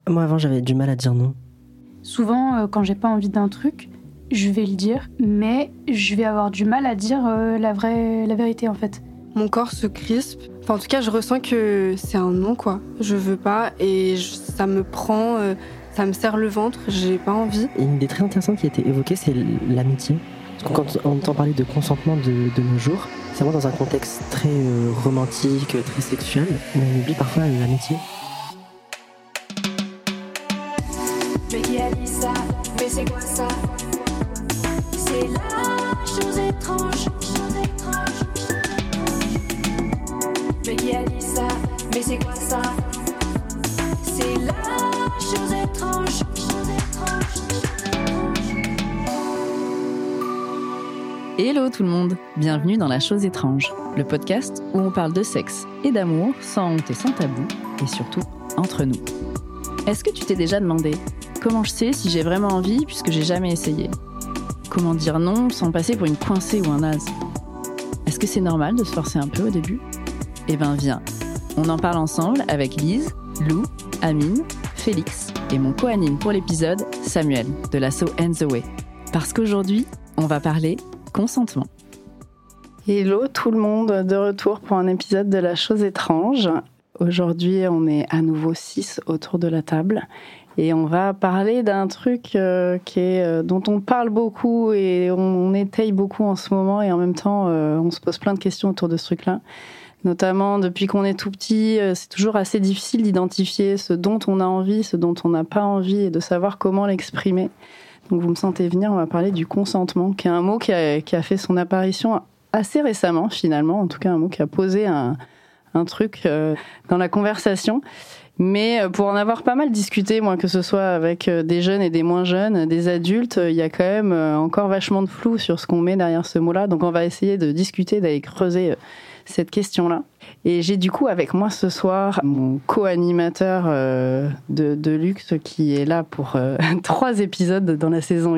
Moi, avant, j'avais du mal à dire non. Souvent, quand j'ai pas envie d'un truc, je vais le dire, mais je vais avoir du mal à dire la vérité, en fait. Mon corps se crispe. Enfin, en tout cas, je ressens que c'est un non, quoi. Je veux pas et ça me prend, ça me serre le ventre, j'ai pas envie. Et une idée très intéressante qui a été évoquée, c'est l'amitié. Parce que quand on entend parler de consentement de nos jours, c'est vraiment dans un contexte très romantique, très sexuel, mais on oublie parfois l'amitié. Mais qui a dit ça? Mais c'est quoi ça? C'est la chose étrange, chose étrange. Mais qui a dit ça? Mais c'est quoi ça? C'est la chose étrange, chose étrange. Hello tout le monde, bienvenue dans La Chose étrange, le podcast où on parle de sexe et d'amour sans honte et sans tabou, et surtout entre nous. Est-ce que tu t'es déjà demandé comment je sais si j'ai vraiment envie puisque j'ai jamais essayé? Comment dire non sans passer pour une coincée ou un naze? Est-ce que c'est normal de se forcer un peu au début? Eh ben viens, on en parle ensemble avec Lise, Lou, Amine, Félix et mon co-anime pour l'épisode, Samuel, de l'asso And The Way. Parce qu'aujourd'hui, on va parler consentement. Hello tout le monde, de retour pour un épisode de La Chose étrange. Aujourd'hui, on est à nouveau 6 autour de la table et on va parler d'un truc dont on parle beaucoup et on étaye beaucoup en ce moment, et en même temps, on se pose plein de questions autour de ce truc-là. Notamment, depuis qu'on est tout petit, c'est toujours assez difficile d'identifier ce dont on a envie, ce dont on n'a pas envie, et de savoir comment l'exprimer. Donc vous me sentez venir, on va parler du consentement, qui est un mot qui a fait son apparition assez récemment, finalement. En tout cas, un mot qui a posé un truc dans la conversation. Mais pour en avoir pas mal discuté, moi, que ce soit avec des jeunes et des moins jeunes, des adultes, il y a quand même encore vachement de flou sur ce qu'on met derrière ce mot-là. Donc on va essayer de discuter, d'aller creuser cette question-là. Et j'ai du coup avec moi ce soir mon co-animateur de luxe qui est là pour 3 épisodes dans la saison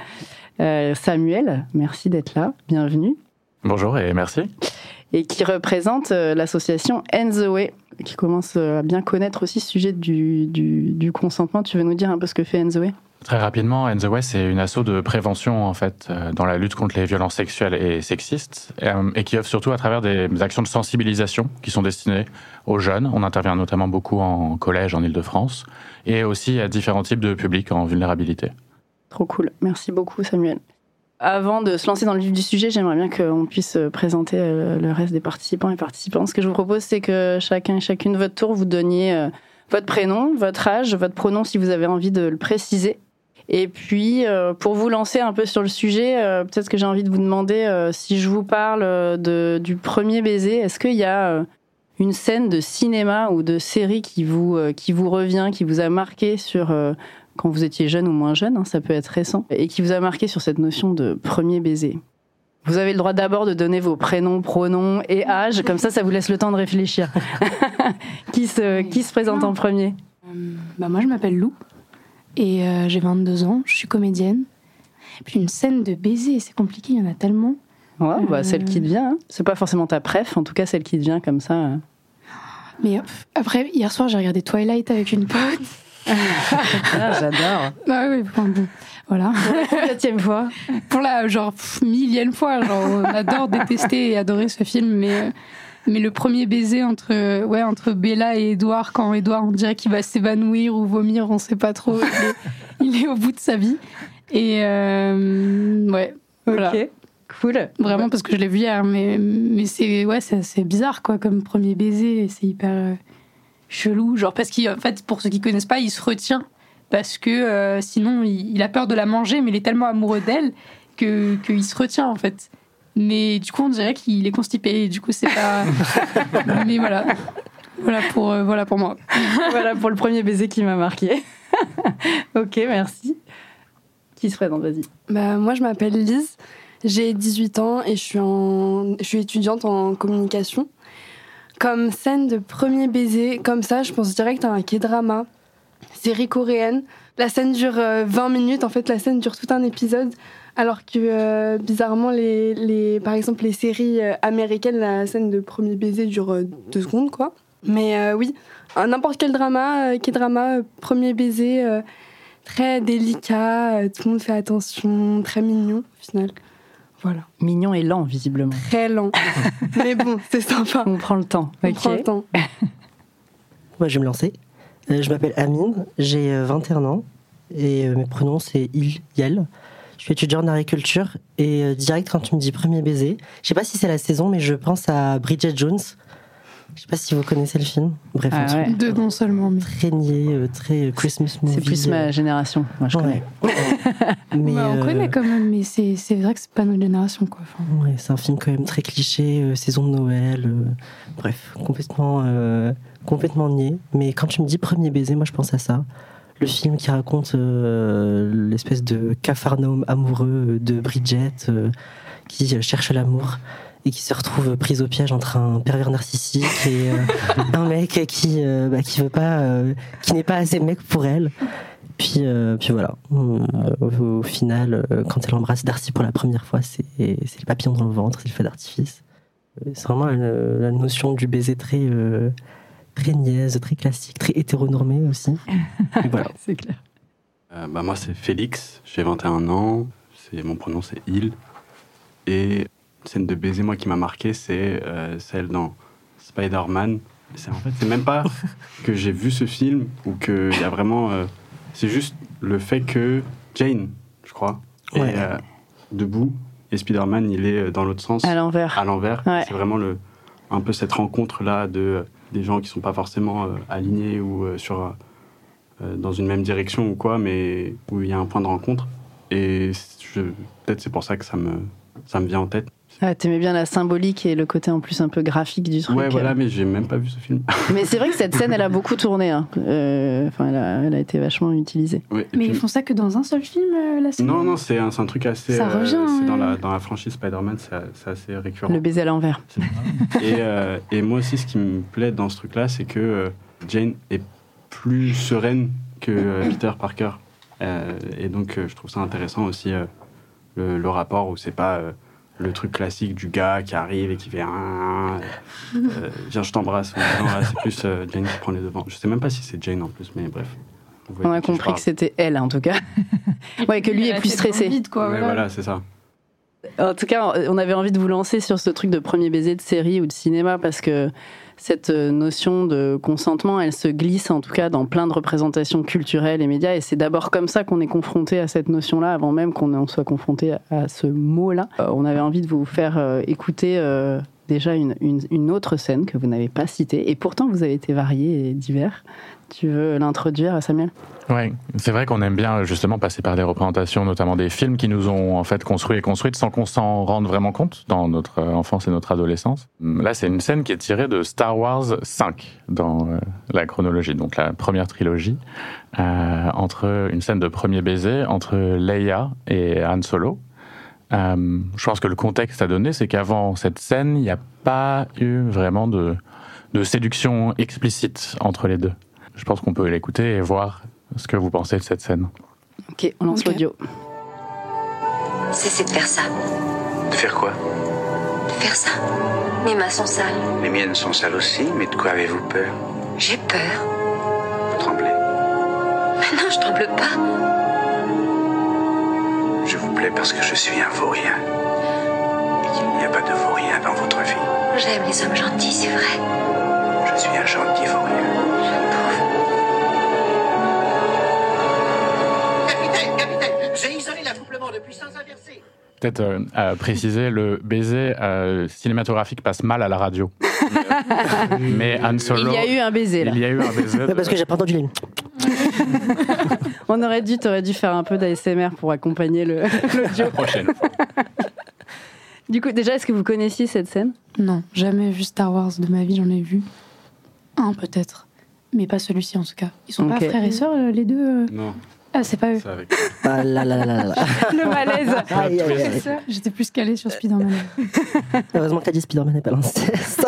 1. Samuel, merci d'être là, bienvenue. Bonjour et merci. Et qui représente l'association And The Way, qui commence à bien connaître aussi ce sujet du consentement. Tu veux nous dire un peu ce que fait And The Way ? Très rapidement, And The Way, c'est une asso de prévention en fait dans la lutte contre les violences sexuelles et sexistes, et qui œuvre surtout à travers des actions de sensibilisation qui sont destinées aux jeunes. On intervient notamment beaucoup en collège en Île-de-France, et aussi à différents types de publics en vulnérabilité. Trop cool, merci beaucoup Samuel. Avant de se lancer dans le vif du sujet, j'aimerais bien qu'on puisse présenter le reste des participants et participantes. Ce que je vous propose, c'est que chacun et chacune de votre tour, vous donniez votre prénom, votre âge, votre pronom si vous avez envie de le préciser. Et puis, pour vous lancer un peu sur le sujet, peut-être que j'ai envie de vous demander si je vous parle du premier baiser, est-ce qu'il y a une scène de cinéma ou de série qui vous revient, qui vous a marqué sur... quand vous étiez jeune ou moins jeune, hein, ça peut être récent, et qui vous a marqué sur cette notion de premier baiser? Vous avez le droit d'abord de donner vos prénoms, pronoms et âge, comme ça vous laisse le temps de réfléchir. Qui se présente en premier? Moi, je m'appelle Lou, et j'ai 22 ans, je suis comédienne. Et puis une scène de baiser, c'est compliqué, il y en a tellement. Ouais, celle qui te vient, hein. C'est pas forcément ta préf, en tout cas celle qui te vient comme ça. Mais après, hier soir, j'ai regardé Twilight avec une pote. J'adore. Bah oui, bon, voilà. Pour la 7e fois. Pour la millième fois, on adore détester et adorer ce film, mais le premier baiser entre Bella et Edouard, quand Edouard on dirait qu'il va s'évanouir ou vomir, on sait pas trop, il est au bout de sa vie. Et voilà. Ok, cool. Vraiment parce que je l'ai vu hier, mais c'est assez bizarre quoi, comme premier baiser, c'est hyper chelou, parce qu'en fait, pour ceux qui connaissent pas, il se retient parce que sinon il a peur de la manger, mais il est tellement amoureux d'elle qu'il se retient en fait. Mais du coup, on dirait qu'il est constipé, et du coup, c'est pas. Mais voilà pour moi. Voilà pour le premier baiser qui m'a marqué. Ok, merci. Qui se présente, vas-y. Moi, je m'appelle Lise, j'ai 18 ans et je suis étudiante en communication. Comme scène de premier baiser, comme ça, je pense direct à un K-drama, série coréenne. La scène dure 20 minutes, en fait, la scène dure tout un épisode, alors que bizarrement, par exemple, les séries américaines, la scène de premier baiser dure 2 secondes, quoi. Mais oui, n'importe quel drama, premier baiser, très délicat, tout le monde fait attention, très mignon au final. Voilà. Mignon et lent, visiblement. Très lent. Mais bon, c'est sympa. On prend le temps. On prend le temps. Ouais, je vais me lancer. Je m'appelle Amine, j'ai 21 ans et mes prénoms c'est Il, Yel. Je suis étudiant en agriculture et direct quand tu me dis premier baiser, je sais pas si c'est la saison mais je pense à Bridget Jones. Je sais pas si vous connaissez le film. Bref, un truc Deux noms seulement. Mais... très niais, très Christmas movie. C'est plus ma génération, moi je connais. Mais, on connaît quand même, mais c'est vrai que c'est pas notre génération, quoi. Enfin... Ouais, c'est un film quand même très cliché, saison de Noël. Bref, complètement niais. Mais quand tu me dis premier baiser, moi je pense à ça. Le film qui raconte l'espèce de capharnaüm amoureux de Bridget qui cherche l'amour et qui se retrouve prise au piège entre un pervers narcissique et un mec qui veut pas, qui n'est pas assez mec pour elle. Puis voilà. Au final, quand elle embrasse Darcy pour la première fois, c'est les papillons dans le ventre, c'est le feu d'artifice. C'est vraiment la notion du baiser très niaise, très classique, très hétéronormée aussi. Et voilà. C'est clair. Moi, c'est Félix, j'ai 21 ans, mon prénom c'est Il. Et une scène de baiser, moi, qui m'a marqué, c'est celle dans Spider-Man. C'est même pas que j'ai vu ce film ou qu'il y a vraiment... c'est juste le fait que Jane, je crois, est debout et Spider-Man, il est dans l'autre sens. À l'envers. Ouais. C'est vraiment un peu cette rencontre-là des gens qui sont pas forcément alignés ou dans une même direction ou quoi, mais où il y a un point de rencontre. Et peut-être c'est pour ça que ça me vient en tête. Ah, t'aimais bien la symbolique et le côté en plus un peu graphique du truc. Ouais, voilà, mais j'ai même pas vu ce film. Mais c'est vrai que cette scène, elle a beaucoup tourné. Hein. Elle a été vachement utilisée. Ouais, mais ils font ça que dans un seul film, la scène ? Non, c'est un truc assez... Ça revient. C'est dans la franchise Spider-Man, c'est assez récurrent. Le baiser à l'envers. Et moi aussi, ce qui me plaît dans ce truc-là, c'est que Jane est plus sereine que Peter Parker. Et donc, je trouve ça intéressant aussi, le rapport où c'est pas... le truc classique du gars qui arrive et qui fait viens je t'embrasse. Non, là, c'est plus Jane qui prend les devants. Je sais même pas si c'est Jane en plus, mais bref. On a compris que c'était elle en tout cas. Ouais, que lui est plus stressé. Vide, quoi, voilà, c'est ça. En tout cas, on avait envie de vous lancer sur ce truc de premier baiser de série ou de cinéma parce que cette notion de consentement, elle se glisse en tout cas dans plein de représentations culturelles et médias, et c'est d'abord comme ça qu'on est confronté à cette notion-là, avant même qu'on soit confronté à ce mot-là. On avait envie de vous faire écouter déjà une autre scène que vous n'avez pas citée, et pourtant vous avez été variés et divers. Tu veux l'introduire, Samuel ? Oui, c'est vrai qu'on aime bien justement passer par des représentations, notamment des films qui nous ont en fait construites sans qu'on s'en rende vraiment compte dans notre enfance et notre adolescence. Là, c'est une scène qui est tirée de Star Wars 5 dans la chronologie, donc la première trilogie, entre une scène de premier baiser entre Leia et Han Solo. Je pense que le contexte à donner, c'est qu'avant cette scène, il n'y a pas eu vraiment de séduction explicite entre les deux. Je pense qu'on peut l'écouter et voir ce que vous pensez de cette scène. Ok, on lance l'audio. Cessez de faire ça. De faire quoi ? De faire ça. Mes mains sont sales. Les miennes sont sales aussi, mais de quoi avez-vous peur ? J'ai peur. Vous tremblez ? Mais non, je tremble pas. Je vous plais parce que je suis un vaurien. Il n'y a pas de vaurien dans votre vie. J'aime les hommes gentils, c'est vrai. Je suis un gentil vaurien. Je trouve. Capitaine, j'ai isolé l'accouplement de puissance inversée. Peut-être préciser, le baiser cinématographique passe mal à la radio. Mais Han Solo... Il y a eu un baiser, là. Il y a eu un baiser. Parce que j'ai pas entendu les... T'aurais dû faire un peu d'ASMR pour accompagner l'audio. La prochaine fois. Du coup, déjà, est-ce que vous connaissiez cette scène ? Non, jamais vu Star Wars de ma vie, j'en ai vu un peut-être, mais pas celui-ci en tout cas. Ils sont pas frères et sœurs les deux Non. Ah, c'est pas eux. C'est avec... Ah là là là là là. Le malaise. Aïe, aïe, aïe. J'étais plus calée sur Spider-Man. Heureusement que t'as dit Spider-Man et pas l'inceste.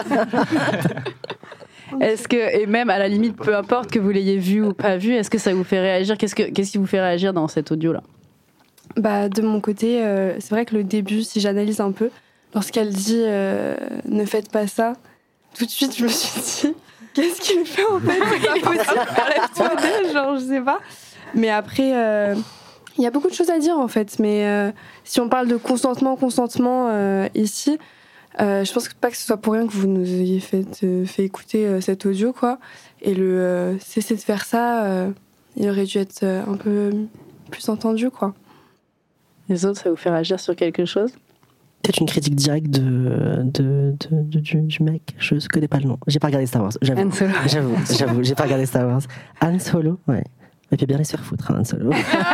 Est-ce que, et même à la limite, peu importe que vous l'ayez vu ou pas vu, est-ce que ça vous fait réagir ? Qu'est-ce qui vous fait réagir dans cet audio-là ? Bah, de mon côté, c'est vrai que le début, si j'analyse un peu, lorsqu'elle dit ne faites pas ça, tout de suite je me suis dit qu'est-ce qu'il fait en fait? C'est pas possible, enlève-toi d'elle, genre, je sais pas. Mais après, il y a beaucoup de choses à dire en fait. Mais si on parle de consentement ici, je pense pas que ce soit pour rien que vous nous ayez fait écouter cet audio, quoi. Et le cesser de faire ça, il aurait dû être un peu plus entendu, quoi. Les autres, ça vous fait réagir sur quelque chose? Peut-être une critique directe du mec, je ne connais pas le nom. J'ai pas regardé Star Wars, j'avoue. Han Solo. J'avoue, j'ai pas regardé Star Wars. Han Solo, ouais. Il peut bien les se faire foutre, Han Solo.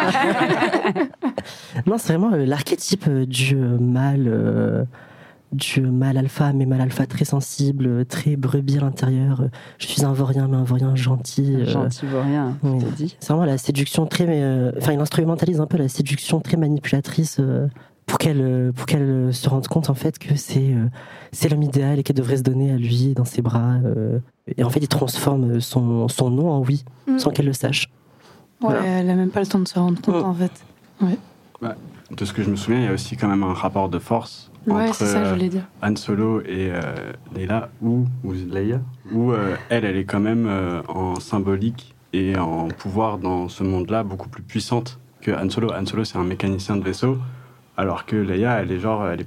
Non, c'est vraiment l'archétype du mâle alpha, mais mâle alpha très sensible, très brebis à l'intérieur. Je suis un vaurien, mais un vaurien gentil. Gentil vaurien, oui. je te dis. C'est vraiment la séduction très... il instrumentalise un peu la séduction très manipulatrice pour qu'elle se rende compte en fait que c'est l'homme idéal et qu'elle devrait se donner à lui dans ses bras. Et en fait, il transforme son nom en oui, sans qu'elle le sache. Ouais, Voilà. elle a même pas le temps de se rendre compte en fait. Ouais. Bah, de ce que je me souviens, il y a aussi quand même un rapport de force Ouais, entre c'est ça que je voulais dire. Han Solo et Leia, ou Leia, où elle est quand même en symbolique et en pouvoir dans ce monde-là beaucoup plus puissante que Han Solo. Han Solo, c'est un mécanicien de vaisseau, alors que Leia, elle est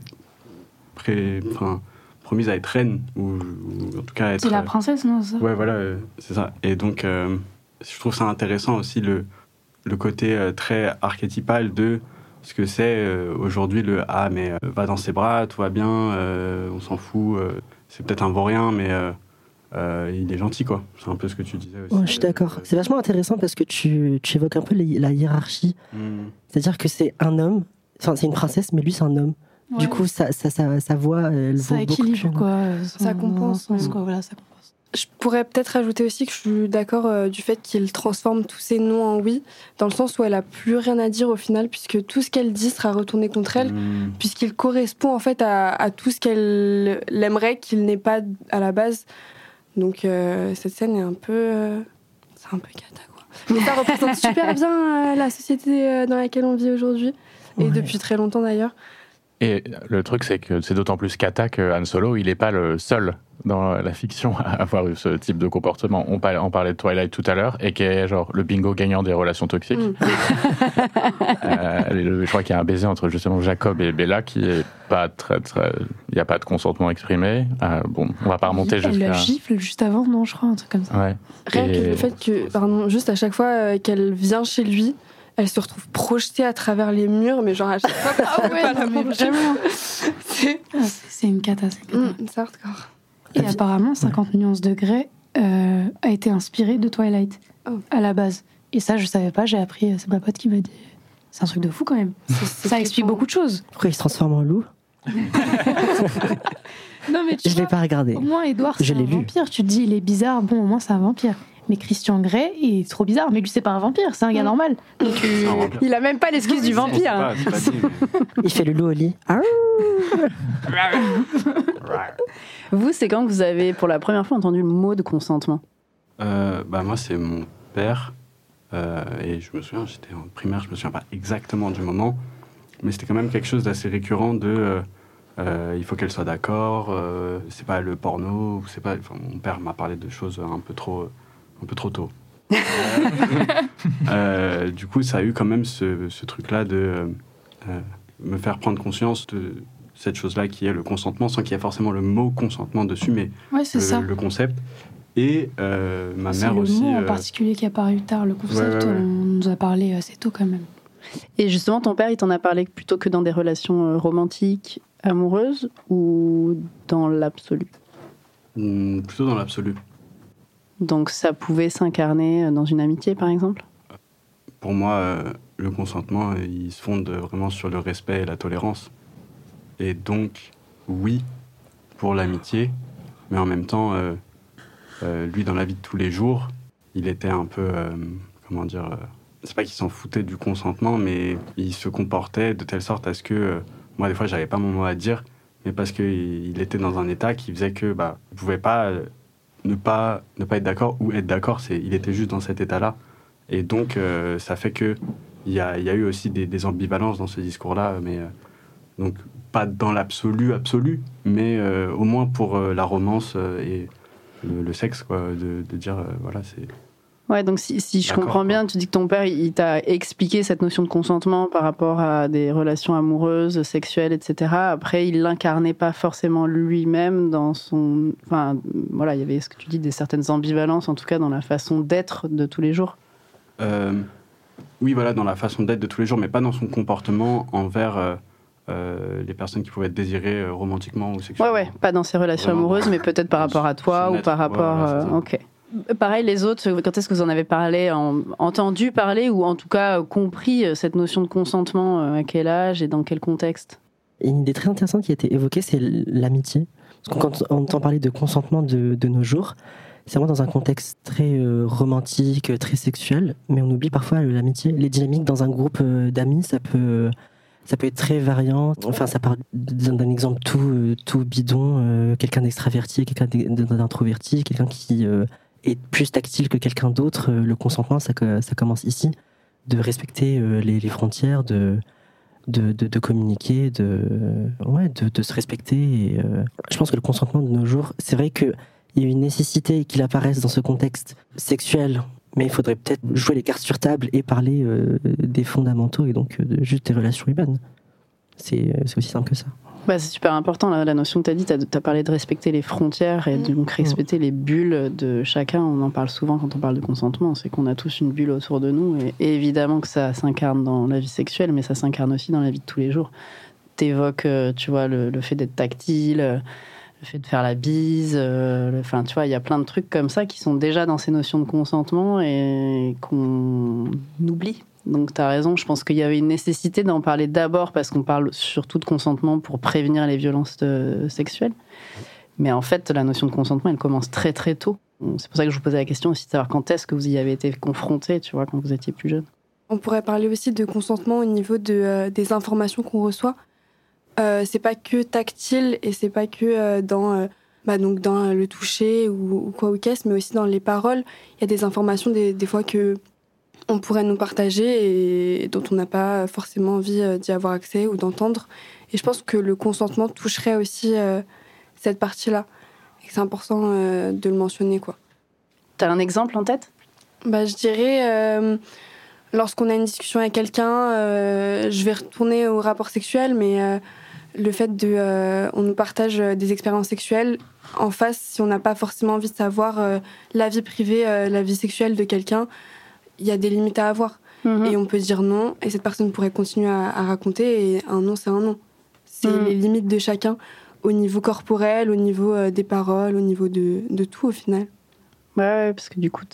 promise à être reine, ou en tout cas être... C'est la princesse, non, ça? Ouais, voilà, c'est ça. Et donc, je trouve ça intéressant aussi le côté très archétypal de ce que c'est aujourd'hui le « Ah, mais va dans ses bras, tout va bien, on s'en fout, c'est peut-être un vaurien, mais il est gentil, quoi. » C'est un peu ce que tu disais aussi. Ouais, je suis d'accord. C'est vachement intéressant parce que tu évoques un peu la hiérarchie. C'est-à-dire que c'est un homme, enfin, c'est une princesse, mais lui, c'est un homme. Ouais. Du coup, sa voix, elle Ça vaut beaucoup plus. équilibre, quoi. Ça compense, ouais. Quoi, voilà, ça compense. Je pourrais peut-être ajouter aussi que je suis d'accord du fait qu'il transforme tous ses noms en oui, dans le sens où elle a plus rien à dire au final, puisque tout ce qu'elle dit sera retourné contre elle, puisqu'il correspond en fait à tout ce qu'elle aimerait qu'il n'ait pas à la base. Donc cette scène est un peu... c'est un peu cata, quoi. Mais ça représente super bien la société dans laquelle on vit aujourd'hui, et depuis très longtemps d'ailleurs. Et le truc, c'est que c'est d'autant plus cata que Han Solo, il n'est pas le seul dans la fiction à avoir eu ce type de comportement. On parlait de Twilight tout à l'heure, et qui est genre le bingo gagnant des relations toxiques. Je crois qu'il y a un baiser entre justement Jacob et Bella qui est pas très... Il n'y a pas de consentement exprimé. Bon, on va pas remonter jusqu'à... Elle la gifle juste avant, non, je crois, un truc comme ça. Ouais. Rien que le fait que, juste à chaque fois qu'elle vient chez lui, elle se retrouve projetée à travers les murs, mais genre à chaque fois, Ah ouais, non, mais vraiment. C'est une cata, c'est hardcore. Et apparemment, 50 nuances de Grey a été inspiré de Twilight à la base. Et ça, je savais pas, j'ai appris, c'est ma pote qui m'a dit. C'est un truc de fou quand même. Ça explique beaucoup de choses. Pourquoi il se transforme en loup? Non, mais je l'ai pas regardé. Au moins, Edward, c'est un vampire. Tu te dis, il est bizarre, bon, au moins, c'est un vampire. Mais Christian Grey est trop bizarre. Mais lui, c'est pas un vampire, c'est un gars normal. Donc, il a même pas l'excuse du vampire. Il fait le loup au lit. Vous, c'est quand que vous avez pour la première fois entendu le mot de consentement? Moi, c'est mon père. Et je me souviens, j'étais en primaire, je me souviens pas exactement du moment. Mais c'était quand même quelque chose d'assez récurrent de... il faut qu'elle soit d'accord, c'est pas le porno, c'est pas... Enfin, mon père m'a parlé de choses un peu trop tôt. Du coup, ça a eu quand même ce truc-là de me faire prendre conscience de cette chose-là qui est le consentement, sans qu'il y ait forcément le mot consentement dessus, mais le concept. Et ma mère aussi... C'est le mot en particulier qui est apparu tard, le concept, on nous a parlé assez tôt quand même. Et justement, ton père, il t'en a parlé plutôt que dans des relations romantiques, amoureuses, ou dans l'absolu? Plutôt dans l'absolu. Donc ça pouvait s'incarner dans une amitié, par exemple? Pour moi, le consentement, il se fonde vraiment sur le respect et la tolérance. Et donc, oui, pour l'amitié, mais en même temps, lui, dans la vie de tous les jours, il était un peu, c'est pas qu'il s'en foutait du consentement, mais il se comportait de telle sorte à ce que, moi, des fois, j'avais pas mon mot à dire, mais parce qu'il était dans un état qui faisait que, il pouvait pas... Ne pas être d'accord ou être d'accord, il était juste dans cet état-là. Et donc, ça fait qu'il y a eu aussi des ambivalences dans ce discours-là, mais donc pas dans l'absolu, mais au moins pour la romance et le sexe, quoi, de dire, voilà, c'est... Ouais, donc si je D'accord, comprends bien, quoi. tu dis que ton père, il t'a expliqué cette notion de consentement par rapport à des relations amoureuses, sexuelles, etc. Après, il l'incarnait pas forcément lui-même dans son... Enfin, voilà, il y avait ce que tu dis, des certaines ambivalences, en tout cas dans la façon d'être de tous les jours. Oui, voilà, dans la façon d'être de tous les jours, mais pas dans son comportement envers les personnes qui pouvaient être désirées romantiquement ou sexuellement. Ouais, pas dans ses relations Vraiment, amoureuses, mais peut-être par rapport à toi ou par rapport... voilà, c'est ça. Ok. Pareil, les autres, quand est-ce que vous en avez parlé, entendu parler ou en tout cas compris cette notion de consentement, à quel âge et dans quel contexte ? Et une idée très intéressante qui a été évoquée, c'est l'amitié. Parce que quand on entend parler de consentement de nos jours, c'est vraiment dans un contexte très romantique, très sexuel, mais on oublie parfois l'amitié. Les dynamiques dans un groupe d'amis, ça peut être très variant. Enfin, ça part d'un exemple tout bidon, quelqu'un d'extraverti, quelqu'un d'introverti, quelqu'un qui est plus tactile que quelqu'un d'autre. Le consentement, ça commence ici, de respecter les frontières, de communiquer, de se respecter. Et, je pense que le consentement de nos jours, c'est vrai qu'il y a une nécessité qu'il apparaisse dans ce contexte sexuel, mais il faudrait peut-être jouer les cartes sur table et parler des fondamentaux et donc juste des relations humaines. C'est aussi simple que ça. Bah, c'est super important, la notion que tu as dit, tu as parlé de respecter les frontières et donc respecter les bulles de chacun. On en parle souvent quand on parle de consentement, c'est qu'on a tous une bulle autour de nous et évidemment que ça s'incarne dans la vie sexuelle, mais ça s'incarne aussi dans la vie de tous les jours. T'évoques, tu vois, le fait d'être tactile, le fait de faire la bise, enfin, tu vois, il y a plein de trucs comme ça qui sont déjà dans ces notions de consentement et qu'on oublie. Donc, tu as raison, je pense qu'il y avait une nécessité d'en parler d'abord parce qu'on parle surtout de consentement pour prévenir les violences sexuelles. Mais en fait, la notion de consentement, elle commence très très tôt. C'est pour ça que je vous posais la question aussi de savoir quand est-ce que vous y avez été confrontés, tu vois, quand vous étiez plus jeune. On pourrait parler aussi de consentement au niveau des informations qu'on reçoit. C'est pas que tactile et c'est pas que dans le toucher ou quoi ou qu'est-ce, mais aussi dans les paroles. Il y a des informations des fois que on pourrait nous partager et dont on n'a pas forcément envie d'y avoir accès ou d'entendre. Et je pense que le consentement toucherait aussi cette partie-là. Et que c'est important de le mentionner, quoi. T'as un exemple en tête ? Je dirais, lorsqu'on a une discussion avec quelqu'un, je vais retourner au rapport sexuel, mais le fait on nous partage des expériences sexuelles en face, si on n'a pas forcément envie de savoir la vie privée, la vie sexuelle de quelqu'un, il y a des limites à avoir. Et on peut dire non, et cette personne pourrait continuer à raconter, et un non, c'est un non. C'est les limites de chacun, au niveau corporel, au niveau des paroles, au niveau de tout, au final. Ouais, parce que du coup,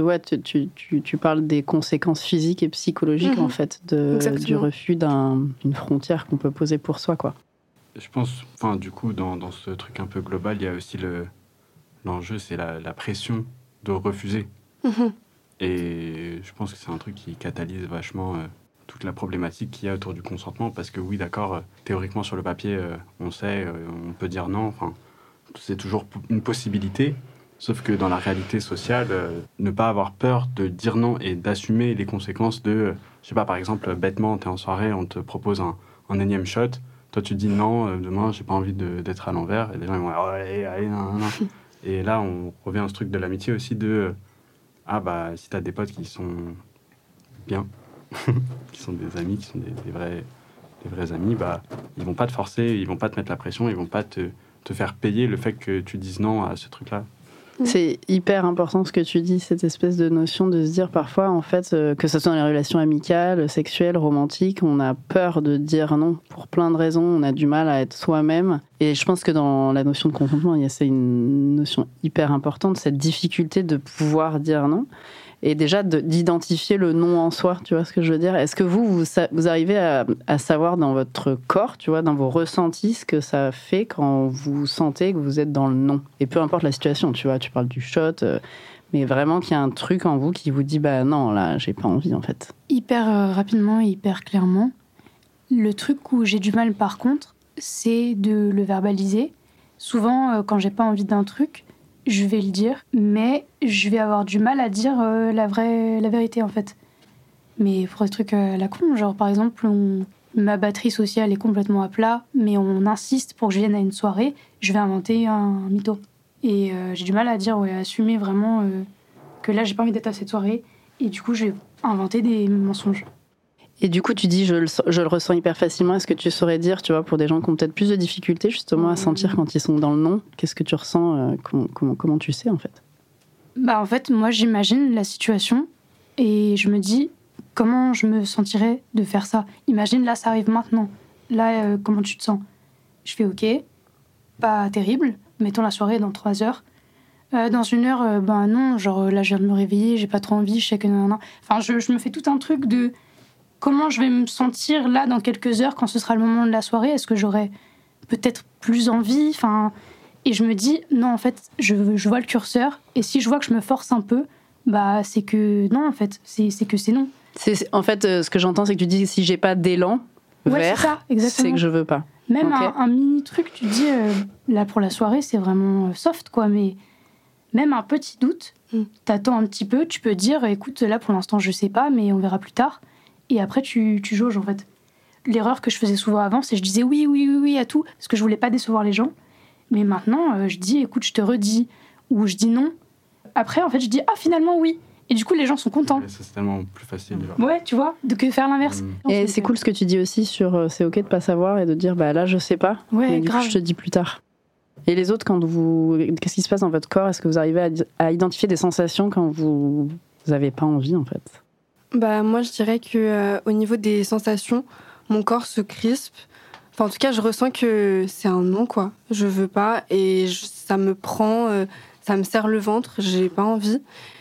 tu parles des conséquences physiques et psychologiques, en fait, du refus d'une frontière qu'on peut poser pour soi, quoi. Je pense, du coup, dans ce truc un peu global, il y a aussi l'enjeu, c'est la pression de refuser. Et je pense que c'est un truc qui catalyse vachement toute la problématique qu'il y a autour du consentement, parce que oui, d'accord, théoriquement sur le papier, on sait, on peut dire non, c'est toujours une possibilité, sauf que dans la réalité sociale, ne pas avoir peur de dire non et d'assumer les conséquences de, je sais pas, par exemple, bêtement, t'es en soirée, on te propose un énième shot, toi tu dis non, demain j'ai pas envie d'être à l'envers, et les gens ils vont dire, allez, non. Et là, on revient à ce truc de l'amitié aussi de... si t'as des potes qui sont bien, qui sont des amis, qui sont des vrais amis, ils vont pas te forcer, ils vont pas te mettre la pression, ils vont pas te faire payer le fait que tu dises non à ce truc-là. C'est hyper important ce que tu dis, cette espèce de notion de se dire parfois, en fait, que ce soit dans les relations amicales, sexuelles, romantiques, on a peur de dire non pour plein de raisons, on a du mal à être soi-même. Et je pense que dans la notion de consentement, c'est une notion hyper importante, cette difficulté de pouvoir dire non. Et déjà d'identifier le non en soi, tu vois ce que je veux dire ? Est-ce que vous arrivez à savoir dans votre corps, tu vois, dans vos ressentis, ce que ça fait quand vous sentez que vous êtes dans le non ? Et peu importe la situation, tu vois, tu parles du shot, mais vraiment qu'il y a un truc en vous qui vous dit, non, là, j'ai pas envie, en fait. Hyper rapidement et hyper clairement. Le truc où j'ai du mal, par contre, c'est de le verbaliser. Souvent, quand j'ai pas envie d'un truc, je vais le dire, mais je vais avoir du mal à dire la vérité, en fait. Mais pour des trucs à la con, genre par exemple, ma batterie sociale est complètement à plat, mais on insiste pour que je vienne à une soirée, je vais inventer un mytho. Et j'ai du mal à dire, à assumer vraiment que là, j'ai pas envie d'être à cette soirée. Et du coup, j'ai inventé des mensonges. Et du coup, tu dis, je le ressens hyper facilement. Est-ce que tu saurais dire, tu vois, pour des gens qui ont peut-être plus de difficultés justement à sentir quand ils sont dans le non, qu'est-ce que tu ressens, comment tu sais en fait? Bah en fait, moi j'imagine la situation et je me dis comment je me sentirais de faire ça. Imagine là, ça arrive maintenant. Là, comment tu te sens? Je fais ok, pas terrible. Mettons la soirée dans 3 heures. Dans 1 heure, ben non, genre là je viens de me réveiller, j'ai pas trop envie, je sais que non. Enfin, je me fais tout un truc de comment je vais me sentir là dans quelques heures quand ce sera le moment de la soirée. Est-ce que j'aurai peut-être plus envie? Enfin, et je me dis non, en fait, je vois le curseur et si je vois que je me force un peu, bah c'est que non, en fait, c'est que c'est non. En fait, ce que j'entends, c'est que tu dis si j'ai pas d'élan vert, c'est ça, exactement. C'est que je veux pas. Même Okay. un mini truc, tu te dis là pour la soirée, c'est vraiment soft quoi, mais même un petit doute, t'attends un petit peu, tu peux dire écoute, là pour l'instant je sais pas, mais on verra plus tard. Et après tu jauges en fait. L'erreur que je faisais souvent avant, c'est que je disais oui à tout, parce que je voulais pas décevoir les gens. Mais maintenant, je dis écoute, je te redis, ou je dis non. Après, en fait, je dis ah finalement oui. Et du coup, les gens sont contents. Et ça, c'est tellement plus facile. Ouais, tu vois, que faire l'inverse. Et c'est cool ce que tu dis aussi sur c'est ok de pas savoir et de dire bah là je sais pas. Ouais, du grave. coup, je te dis plus tard. Et les autres, qu'est-ce qui se passe dans votre corps? Est-ce que vous arrivez à identifier des sensations quand vous avez pas envie en fait? Bah moi je dirais que au niveau des sensations, mon corps se crispe. Enfin en tout cas je ressens que c'est un non quoi. Je veux pas et ça me prend, ça me serre le ventre. J'ai pas envie.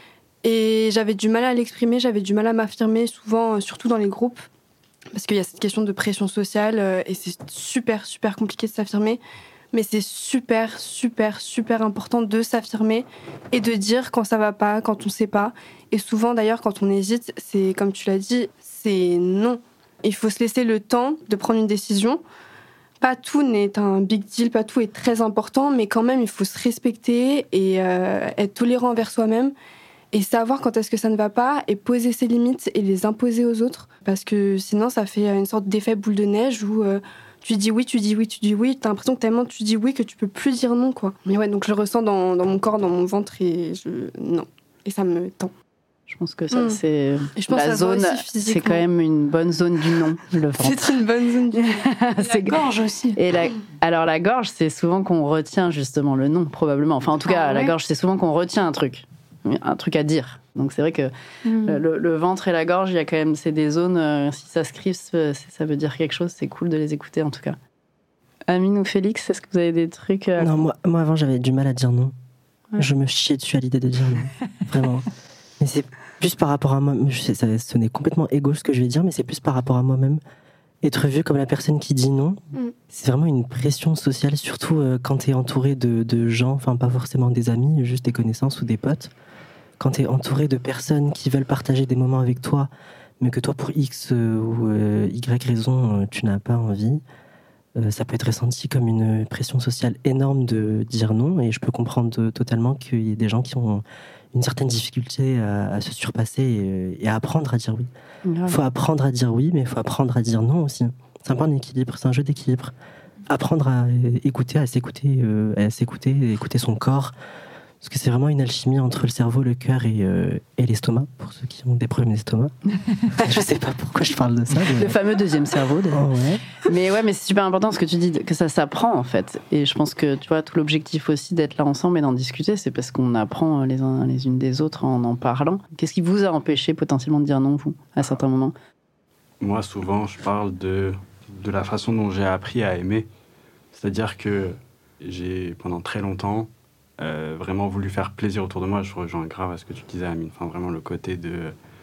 Et j'avais du mal à l'exprimer, j'avais du mal à m'affirmer souvent, surtout dans les groupes, parce qu'il y a cette question de pression sociale et c'est super compliqué de s'affirmer. Mais c'est super important de s'affirmer et de dire quand ça va pas, quand on sait pas. Et souvent d'ailleurs quand on hésite, c'est comme tu l'as dit, c'est non. Il faut se laisser le temps de prendre une décision. Pas tout n'est un big deal, pas tout est très important, mais quand même il faut se respecter et être tolérant envers soi-même et savoir quand est-ce que ça ne va pas et poser ses limites et les imposer aux autres. Parce que sinon ça fait une sorte d'effet boule de neige où... tu dis oui, t'as l'impression que tellement tu dis oui que tu peux plus dire non, quoi. Mais ouais, donc je le ressens dans mon corps, dans mon ventre, et non. Et ça me tend. Je pense que ça, c'est... Et je pense la zone, c'est quand même une bonne zone du non, le ventre. C'est une bonne zone du non. La gorge aussi. Et alors la gorge, c'est souvent qu'on retient justement le non, probablement. Enfin, en tout cas, la gorge, c'est souvent qu'on retient un truc à dire. Donc c'est vrai que le ventre et la gorge, il y a quand même, c'est des zones, si ça se crispe, ça veut dire quelque chose, c'est cool de les écouter en tout cas. Amine ou Félix, est-ce que vous avez des trucs Non, moi avant j'avais du mal à dire non. Ouais. Je me chiais dessus à l'idée de dire non. Vraiment. Mais c'est plus par rapport à moi, ça va sonner complètement égo ce que je vais dire, mais c'est plus par rapport à moi-même. Être vu comme la personne qui dit non, c'est vraiment une pression sociale, surtout quand t'es entouré de gens, enfin pas forcément des amis, juste des connaissances ou des potes. Quand t'es entouré de personnes qui veulent partager des moments avec toi, mais que toi, pour X ou Y raison, tu n'as pas envie, ça peut être ressenti comme une pression sociale énorme de dire non. Et je peux comprendre totalement qu'il y ait des gens qui ont une certaine difficulté à se surpasser et à apprendre à dire oui. Il faut apprendre à dire oui, mais il faut apprendre à dire non aussi. C'est un peu un équilibre, c'est un jeu d'équilibre. Apprendre à écouter, à s'écouter, écouter son corps. Parce que c'est vraiment une alchimie entre le cerveau, le cœur et l'estomac, pour ceux qui ont des problèmes d'estomac. Je sais pas pourquoi je parle de ça. Mais... Le fameux deuxième cerveau. Oh, ouais. Mais c'est super important ce que tu dis, que ça s'apprend en fait. Et je pense que tu vois, tout l'objectif aussi d'être là ensemble et d'en discuter, c'est parce qu'on apprend les uns les unes des autres en parlant. Qu'est-ce qui vous a empêché potentiellement de dire non, vous, à certains moments? Moi, souvent, je parle de la façon dont j'ai appris à aimer. C'est-à-dire que j'ai, pendant très longtemps, vraiment voulu faire plaisir autour de moi. Je rejoins grave à ce que tu disais, Amine. Enfin, vraiment le côté de...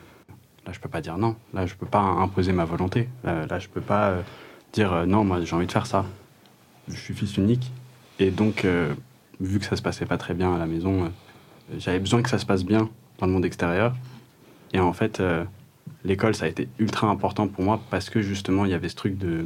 Là, je peux pas dire non. Là, je peux pas imposer ma volonté. Là, je peux pas dire non, moi, j'ai envie de faire ça. Je suis fils unique. Et donc, vu que ça se passait pas très bien à la maison, j'avais besoin que ça se passe bien dans le monde extérieur. Et en fait, l'école, ça a été ultra important pour moi parce que, justement, il y avait ce truc de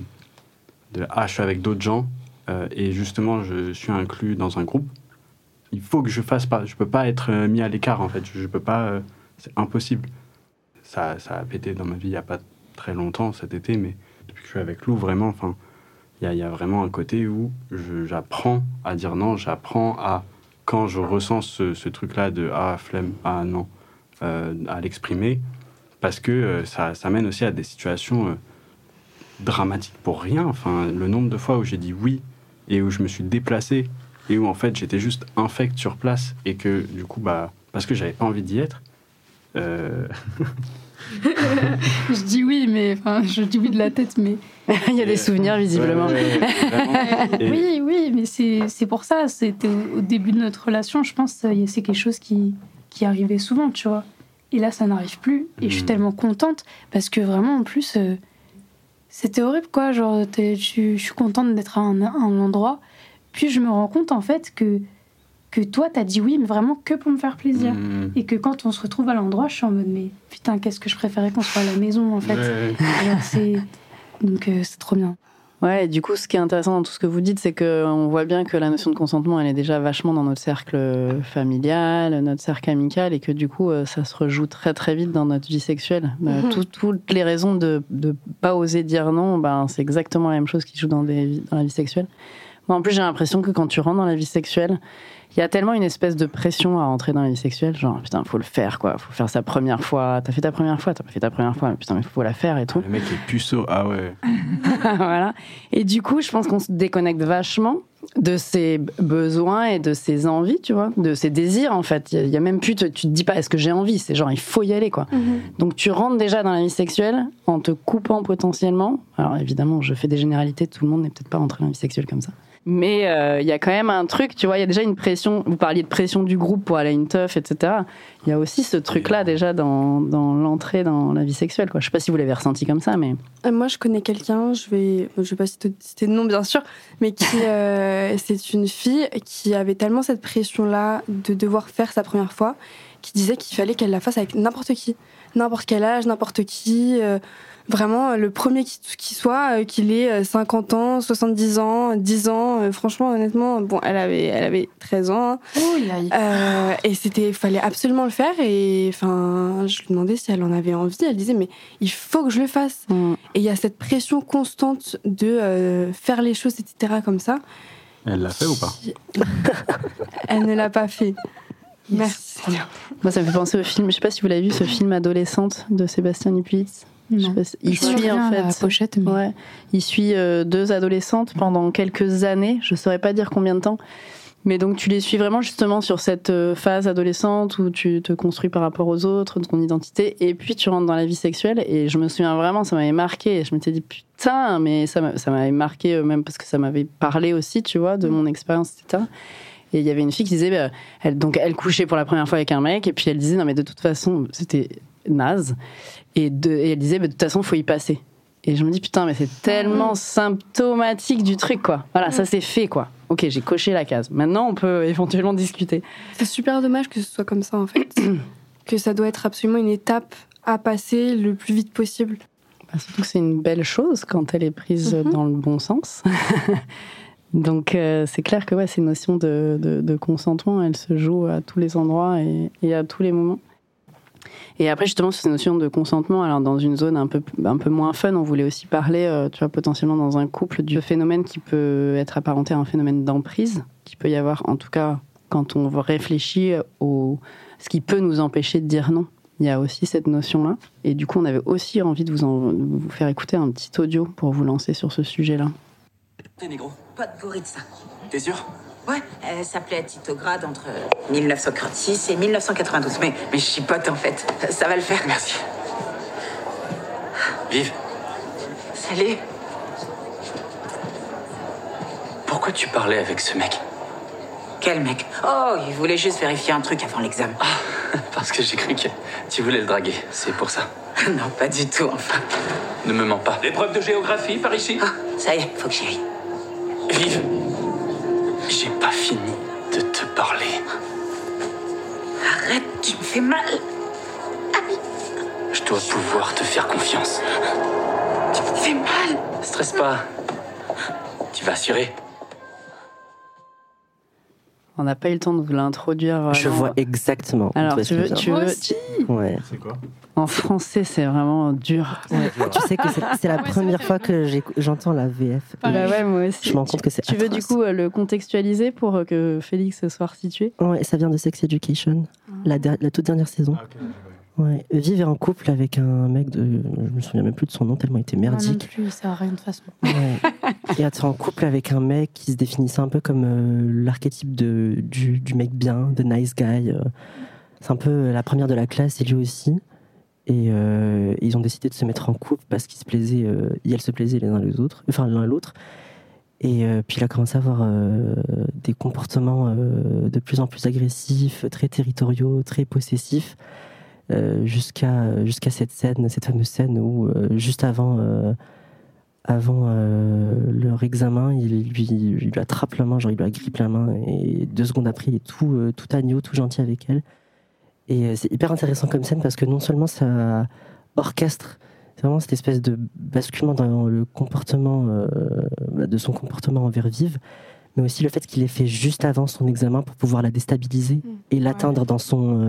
je suis avec d'autres gens et, justement, je suis inclus dans un groupe. Il faut que je fasse pas. Je peux pas être mis à l'écart, en fait. Je peux pas... c'est impossible. Ça a pété dans ma vie il y a pas très longtemps, cet été, mais depuis que je suis avec Lou, vraiment, enfin, il y a vraiment un côté où j'apprends à dire non, j'apprends à quand je ressens ce truc-là de flemme, non, à l'exprimer, parce que ça mène aussi à des situations dramatiques pour rien. Enfin, le nombre de fois où j'ai dit oui et où je me suis déplacé et où en fait j'étais juste infect sur place et que du coup, parce que j'avais pas envie d'y être. Je dis oui, mais je dis oui de la tête, mais il y a des souvenirs visiblement. Oui, mais c'est pour ça. C'était au début de notre relation, je pense, c'est quelque chose qui arrivait souvent, tu vois. Et là, ça n'arrive plus. Et je suis tellement contente parce que vraiment, en plus, c'était horrible, quoi. Genre, je suis contente d'être à un endroit. Puis je me rends compte, en fait, que toi, t'as dit oui, mais vraiment que pour me faire plaisir. Et que quand on se retrouve à l'endroit, je suis en mode, mais putain, qu'est-ce que je préférais qu'on soit à la maison, en fait. Donc, c'est trop bien. Ouais, et du coup, ce qui est intéressant dans tout ce que vous dites, c'est qu'on voit bien que la notion de consentement, elle est déjà vachement dans notre cercle familial, notre cercle amical, et que du coup, ça se rejoue très très vite dans notre vie sexuelle. Toutes les raisons de pas oser dire non, c'est exactement la même chose qui joue dans la vie sexuelle. Moi, en plus, j'ai l'impression que quand tu rentres dans la vie sexuelle, il y a tellement une espèce de pression à rentrer dans la vie sexuelle, genre putain, faut le faire, quoi, faut faire sa première fois. T'as fait ta première fois, t'as pas fait ta première fois, mais putain, mais faut la faire et tout. Le mec est puceau, ah ouais. Voilà. Et du coup, je pense qu'on se déconnecte vachement de ses besoins et de ses envies, tu vois, de ses désirs, en fait. Il y a même plus, tu te dis pas est-ce que j'ai envie, c'est genre il faut y aller, quoi. Donc tu rentres déjà dans la vie sexuelle en te coupant potentiellement. Alors évidemment, je fais des généralités, tout le monde n'est peut-être pas rentré dans la vie sexuelle comme ça. Mais il y a quand même un truc, tu vois, il y a déjà une pression, vous parliez de pression du groupe pour aller à une teuf, etc. Il y a aussi ce truc-là déjà dans l'entrée dans la vie sexuelle, quoi. Je sais pas si vous l'avez ressenti comme ça, mais... Moi, je connais quelqu'un, je vais pas citer de nom, bien sûr, mais qui c'est une fille qui avait tellement cette pression-là de devoir faire sa première fois, qui disait qu'il fallait qu'elle la fasse avec n'importe qui, n'importe quel âge, n'importe qui... Vraiment, le premier qui soit, qu'il ait 50 ans, 70 ans, 10 ans, franchement, honnêtement, bon, elle avait 13 ans. Et fallait absolument le faire. Et enfin, je lui demandais si elle en avait envie. Elle disait, mais il faut que je le fasse. Et il y a cette pression constante de faire les choses, etc., comme ça. Elle l'a fait ou pas? Elle ne l'a pas fait. Merci. Moi, ça me fait penser au film, je sais pas si vous l'avez vu, ce film Adolescente de Sébastien Lipwitz. Il suit en fait la pochette, mais... ouais, il suit 2 adolescentes pendant quelques années, je saurais pas dire combien de temps, mais donc tu les suis vraiment justement sur cette phase adolescente où tu te construis par rapport aux autres, de ton identité, et puis tu rentres dans la vie sexuelle. Et je me souviens vraiment, ça m'avait marqué, et je m'étais dit putain, mais ça m'avait marqué même parce que ça m'avait parlé aussi, tu vois, de mon expérience, etc. Et il y avait une fille qui disait, elle couchait pour la première fois avec un mec, et puis elle disait non mais de toute façon c'était naze. Et elle disait, de toute façon, il faut y passer. Et je me dis, putain, mais c'est tellement symptomatique du truc, quoi. Voilà, ça c'est fait, quoi. Ok, j'ai coché la case. Maintenant, on peut éventuellement discuter. C'est super dommage que ce soit comme ça, en fait. Que ça doit être absolument une étape à passer le plus vite possible. Surtout que c'est une belle chose quand elle est prise dans le bon sens. Donc, c'est clair que ces notions de consentement, elles se jouent à tous les endroits et à tous les moments. Et après, justement, sur ces notions de consentement, alors dans une zone un peu moins fun, on voulait aussi parler, tu vois, potentiellement dans un couple, du phénomène qui peut être apparenté à un phénomène d'emprise, qui peut y avoir, en tout cas, quand on réfléchit ce qui peut nous empêcher de dire non. Il y a aussi cette notion-là. Et du coup, on avait aussi envie de vous faire écouter un petit audio pour vous lancer sur ce sujet-là. T'es négro. Pas de pourri de ça. T'es sûr? Ouais, elle s'appelait à Titograd entre 1946 et 1992. Mais je chipote en fait. Ça va le faire. Merci. Vive. Salut. Pourquoi tu parlais avec ce mec? Quel mec? Oh, il voulait juste vérifier un truc avant l'examen. Parce que j'ai cru que tu voulais le draguer. C'est pour ça. Non, pas du tout, enfin. Ne me mens pas. L'épreuve de géographie par ici? Ça y est, faut que j'y aille. Vive. J'ai pas fini de te parler. Arrête, tu me fais mal. Je dois pouvoir te faire confiance. Tu me fais mal. Stresse pas. Tu vas assurer. On n'a pas eu le temps de vous l'introduire. Vraiment. Je vois exactement. Alors, tu veux Ouais. C'est quoi ? En français, c'est vraiment dur. Ouais. Tu sais que c'est la première fois que j'entends la VF. Bah ouais, moi aussi. Je me rends compte que c'est Tu veux du coup le contextualiser pour que Félix soit resitué ? Ouais, ça vient de Sex Education, la toute dernière saison. Ah, okay. Ouais. Viv est en couple avec un mec je me souviens même plus de son nom tellement il était merdique. Moi non plus, ça n'a rien de façon. Ouais. Et elle est en couple avec un mec qui se définissait un peu comme l'archétype du mec bien, de nice guy. C'est un peu la première de la classe et lui aussi. Et ils ont décidé de se mettre en couple parce qu'ils se plaisaient, ils se plaisaient l'un l'autre. Et puis il a commencé à avoir des comportements de plus en plus agressifs, très territoriaux, très possessifs. Jusqu'à cette fameuse scène où juste avant leur examen, il lui attrape la main, genre il lui agrippe la main et 2 secondes après il est tout agneau, tout gentil avec elle. Et c'est hyper intéressant comme scène parce que non seulement ça orchestre, c'est vraiment cette espèce de basculement dans le comportement de son comportement envers Viv, mais aussi le fait qu'il l'ait fait juste avant son examen pour pouvoir la déstabiliser et l'atteindre dans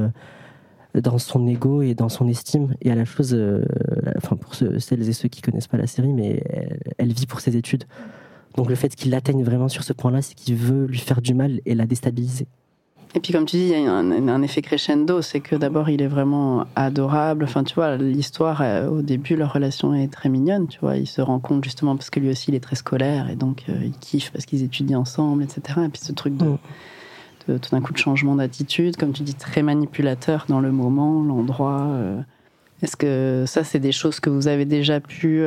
son ego et dans son estime. Et à la chose, pour celles et ceux qui connaissent pas la série, mais elle vit pour ses études. Donc le fait qu'il l'atteigne vraiment sur ce point-là, c'est qu'il veut lui faire du mal et la déstabiliser. Et puis comme tu dis, il y a un effet crescendo, c'est que d'abord il est vraiment adorable. Enfin tu vois, l'histoire, au début, leur relation est très mignonne. Tu vois, il se rend compte justement parce que lui aussi il est très scolaire et donc il kiffe parce qu'ils étudient ensemble, etc. Et puis ce truc de tout d'un coup de changement d'attitude, comme tu dis, très manipulateur dans le moment, l'endroit. Est-ce que ça, c'est des choses que vous avez déjà pu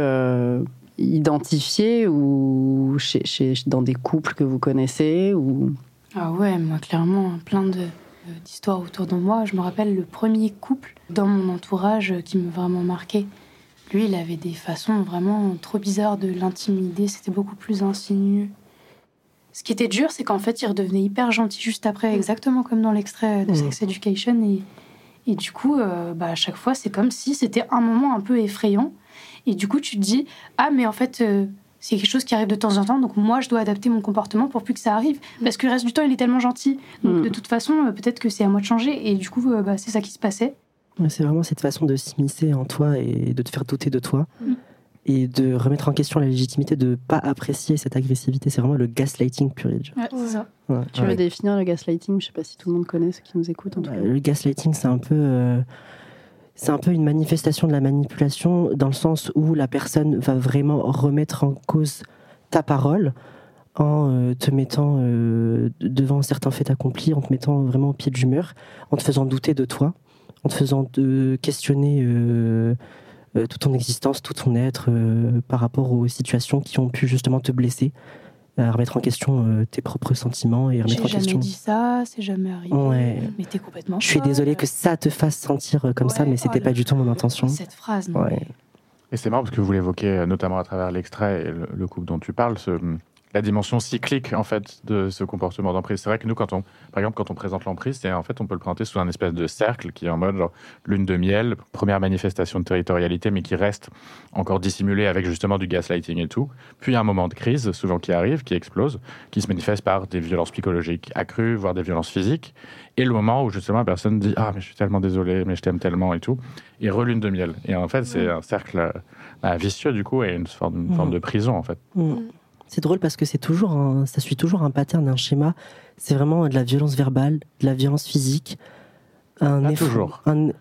identifier ou dans des couples que vous connaissez ou... Ah ouais, moi clairement, plein d'histoires autour de moi. Je me rappelle le premier couple dans mon entourage qui m'a vraiment marqué. Lui, il avait des façons vraiment trop bizarres de l'intimider. C'était beaucoup plus insinueux. Ce qui était dur, c'est qu'en fait, il redevenait hyper gentil juste après, exactement comme dans l'extrait de Sex Education. Et du coup, à chaque fois, c'est comme si c'était un moment un peu effrayant. Et du coup, tu te dis, ah, mais en fait, c'est quelque chose qui arrive de temps en temps, donc moi, je dois adapter mon comportement pour plus que ça arrive. Parce que le reste du temps, il est tellement gentil. Donc, de toute façon, peut-être que c'est à moi de changer. Et du coup, c'est ça qui se passait. Ouais, c'est vraiment cette façon de s'immiscer en toi et de te faire douter de toi. Et de remettre en question la légitimité de ne pas apprécier cette agressivité. C'est vraiment le gaslighting pur et dur. Ouais, c'est ça. Ouais. Tu veux définir le gaslighting ? Je ne sais pas si tout le monde connaît, ceux qui nous écoutent en tout cas. Le gaslighting, c'est un peu une manifestation de la manipulation dans le sens où la personne va vraiment remettre en cause ta parole en te mettant devant certains faits accomplis, en te mettant vraiment au pied du mur, en te faisant douter de toi, en te faisant questionner toute ton existence, tout ton être par rapport aux situations qui ont pu justement te blesser, remettre en question tes propres sentiments et remettre en question... J'ai jamais dit ça, c'est jamais arrivé, mais t'es complètement Je suis désolée que ça te fasse sentir comme ça, mais c'était pas du tout mon intention. Cette phrase, non. Et c'est marrant parce que vous l'évoquez notamment à travers l'extrait et le couple dont tu parles, la dimension cyclique en fait de ce comportement d'emprise. C'est vrai que nous, par exemple, quand on présente l'emprise, en fait, on peut le présenter sous un espèce de cercle qui est en mode genre, lune de miel, première manifestation de territorialité, mais qui reste encore dissimulée avec justement du gaslighting et tout. Puis il y a un moment de crise, souvent qui arrive, qui explose, qui se manifeste par des violences psychologiques accrues, voire des violences physiques. Et le moment où justement la personne dit « Ah, mais je suis tellement désolé, mais je t'aime tellement » et tout. Et relune de miel. Et en fait, c'est un cercle vicieux du coup et une forme de prison en fait. C'est drôle parce que ça suit toujours un pattern, un schéma. C'est vraiment de la violence verbale, de la violence physique. Toujours.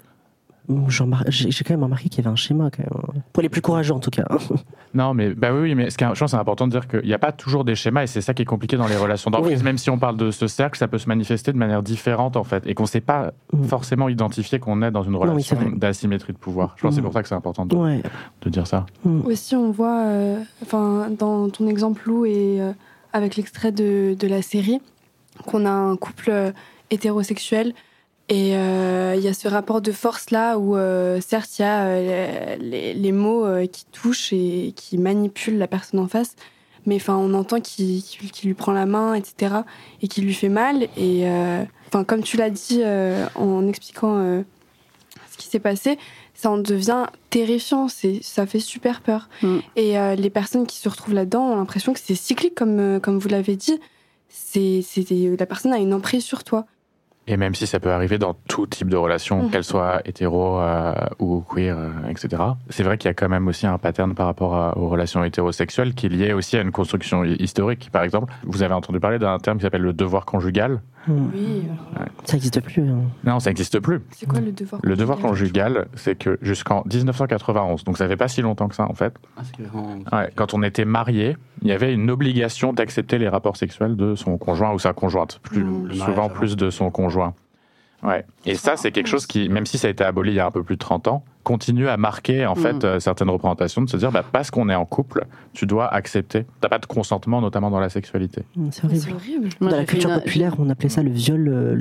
J'ai quand même remarqué qu'il y avait un schéma, quand même. Pour les plus courageux, en tout cas. Non, mais oui, mais je pense que c'est important de dire qu'il n'y a pas toujours des schémas et c'est ça qui est compliqué dans les relations d'emprise. Même si on parle de ce cercle, ça peut se manifester de manière différente, en fait. Et qu'on ne sait pas forcément identifier qu'on est dans une relation d'asymétrie de pouvoir. Je pense que c'est pour ça que c'est important de dire ça. Aussi, on voit, dans ton exemple, Lou, et avec l'extrait de la série, qu'on a un couple hétérosexuel. Et il y a ce rapport de force là où certes il y a les mots qui touchent et qui manipulent la personne en face, mais on entend qu'il lui prend la main, etc. et qu'il lui fait mal. Et comme tu l'as dit en expliquant ce qui s'est passé, ça en devient terrifiant, ça fait super peur. Et les personnes qui se retrouvent là-dedans ont l'impression que c'est cyclique, comme vous l'avez dit. la personne a une emprise sur toi. Et même si ça peut arriver dans tout type de relation, qu'elle soit hétéro ou queer, etc. C'est vrai qu'il y a quand même aussi un pattern par rapport aux relations hétérosexuelles qui est lié aussi à une construction historique. Par exemple, vous avez entendu parler d'un terme qui s'appelle le devoir conjugal. Oui. Ça n'existe plus. Hein. Non, ça n'existe plus. C'est quoi le devoir conjugal ? Le devoir conjugal, c'est que jusqu'en 1991, donc ça fait pas si longtemps que ça en fait, quand on était marié, il y avait une obligation d'accepter les rapports sexuels de son conjoint ou sa conjointe, souvent plus de son conjoint. Ouais. Et ça, c'est quelque chose qui, même si ça a été aboli il y a un peu plus de 30 ans, continue à marquer en fait certaines représentations, de se dire parce qu'on est en couple, tu dois accepter. T'as pas de consentement, notamment dans la sexualité. C'est horrible. C'est horrible. Dans la culture populaire, on appelait ça le viol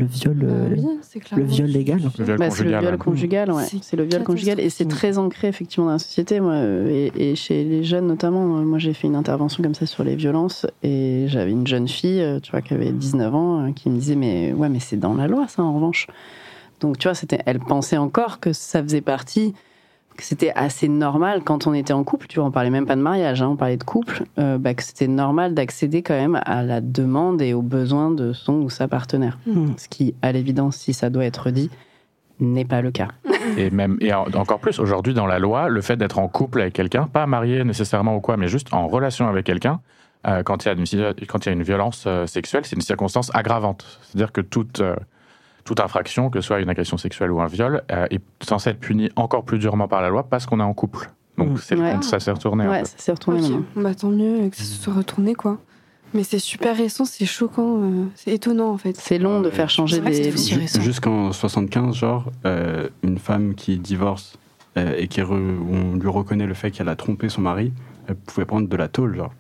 légal. C'est le viol conjugal, ouais. C'est le viol conjugal et c'est très ancré effectivement dans la société. Moi, et chez les jeunes notamment. Moi, j'ai fait une intervention comme ça sur les violences et j'avais une jeune fille, tu vois, qui avait 19 ans, qui me disait mais c'est dans la loi ça en revanche. Donc, tu vois, elle pensait encore que ça faisait partie, que c'était assez normal quand on était en couple. Tu vois, on parlait même pas de mariage, on parlait de couple, que c'était normal d'accéder quand même à la demande et aux besoins de son ou sa partenaire. Ce qui, à l'évidence, si ça doit être dit, n'est pas le cas. Et encore plus, aujourd'hui, dans la loi, le fait d'être en couple avec quelqu'un, pas marié nécessairement ou quoi, mais juste en relation avec quelqu'un, quand il y a une violence sexuelle, c'est une circonstance aggravante. C'est-à-dire que toute infraction, que ce soit une agression sexuelle ou un viol, est censée être punie encore plus durement par la loi parce qu'on est en couple. Donc ça s'est retourné. Ouais, ça s'est retourné. Okay. Tant mieux que ça se soit retourné, quoi. Mais c'est super récent, c'est choquant, c'est étonnant en fait. C'est long de faire changer des... Jusqu'en 75, genre, une femme qui divorce et on lui reconnaît le fait qu'elle a trompé son mari, elle pouvait prendre de la tôle, genre.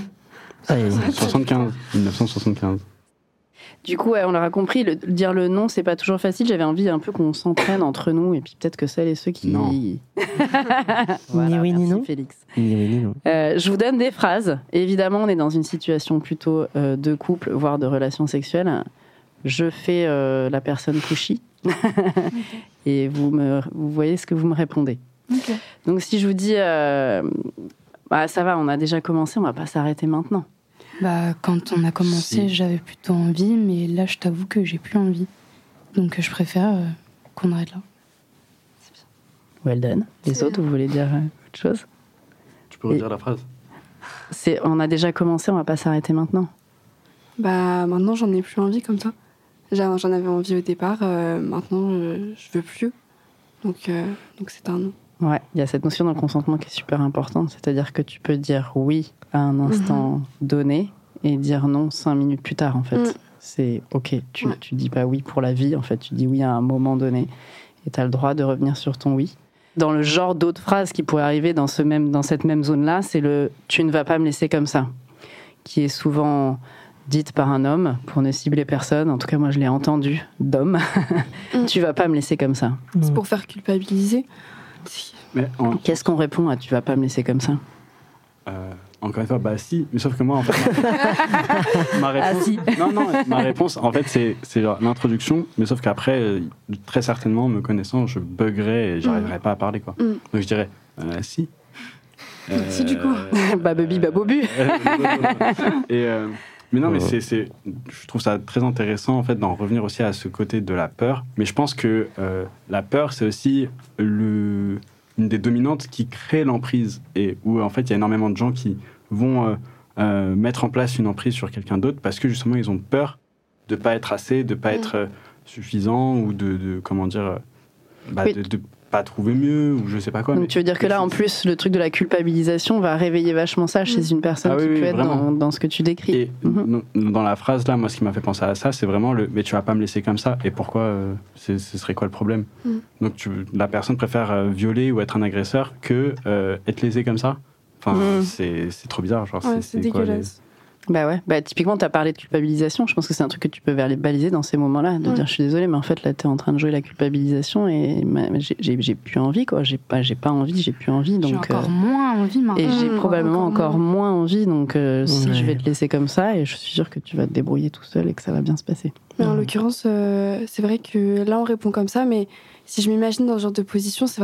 1975. Du coup, on l'aura compris, dire le non, c'est pas toujours facile. J'avais envie un peu qu'on s'entraîne entre nous, et puis peut-être que celles et ceux qui... Non. Voilà, ni oui ni non. Félix. Ni oui ni non. Je vous donne des phrases. Évidemment, on est dans une situation plutôt de couple, voire de relation sexuelle. Je fais la personne pushy. Et vous voyez ce que vous me répondez. Okay. Donc si je vous dis... ça va, on a déjà commencé, on va pas s'arrêter maintenant. Quand on a commencé, j'avais plutôt envie, mais là, je t'avoue que j'ai plus envie. Donc, je préfère qu'on arrête là. C'est bien. Well done. Les autres, vous voulez dire autre chose ? Tu peux redire la phrase ? On a déjà commencé, on va pas s'arrêter maintenant. Maintenant, j'en ai plus envie comme ça. J'en avais envie au départ, maintenant, je veux plus. Donc c'est un non. Ouais, il y a cette notion dans le consentement qui est super importante, c'est-à-dire que tu peux dire oui à un instant donné et dire non 5 minutes plus tard, en fait. C'est OK, tu dis pas oui pour la vie, en fait, tu dis oui à un moment donné et tu as le droit de revenir sur ton oui. Dans le genre d'autres phrases qui pourraient arriver dans cette même zone-là, c'est le « tu ne vas pas me laisser comme ça », qui est souvent dite par un homme, pour ne cibler personne, en tout cas moi je l'ai entendu d'homme, « tu vas pas me laisser comme ça ». C'est pour faire culpabiliser. Mais qu'est-ce qu'on répond à « tu vas pas me laisser comme ça » Encore une fois, si, mais sauf que moi, en fait, ma réponse, ma réponse, en fait, c'est genre l'introduction, mais sauf qu'après, très certainement, me connaissant, je buggerais et j'arriverais pas à parler, quoi. Donc je dirais, si. Si, du coup. Babubi, babobu. Mais non, mais je trouve ça très intéressant, en fait, d'en revenir aussi à ce côté de la peur. Mais je pense que la peur, c'est aussi une des dominantes qui crée l'emprise et où, en fait, il y a énormément de gens qui vont mettre en place une emprise sur quelqu'un d'autre parce que, justement, ils ont peur de pas être assez, de pas être suffisant ou de comment dire, de pas trouver mieux ou je sais pas quoi. Donc tu veux dire que là, en plus, le truc de la culpabilisation va réveiller vachement ça chez une personne qui peut être dans ce que tu décris. Et dans la phrase là, moi, ce qui m'a fait penser à ça, c'est vraiment mais tu vas pas me laisser comme ça. Et pourquoi ce serait quoi le problème? Donc la personne préfère violer ou être un agresseur que être lésée comme ça. Enfin, c'est trop bizarre. Genre, c'est dégueulasse. Typiquement, tu as parlé de culpabilisation. Je pense que c'est un truc que tu peux verbaliser dans ces moments-là, de dire je suis désolée, mais en fait là tu es en train de jouer la culpabilisation et j'ai plus envie, quoi. J'ai pas envie, j'ai plus envie. Donc, j'ai encore moins envie maintenant. Et j'ai probablement encore moins envie. Donc si je vais te laisser comme ça, et je suis sûre que tu vas te débrouiller tout seul et que ça va bien se passer. Mais en l'occurrence, c'est vrai que là on répond comme ça, mais si je m'imagine dans ce genre de position, c'est vrai que c'est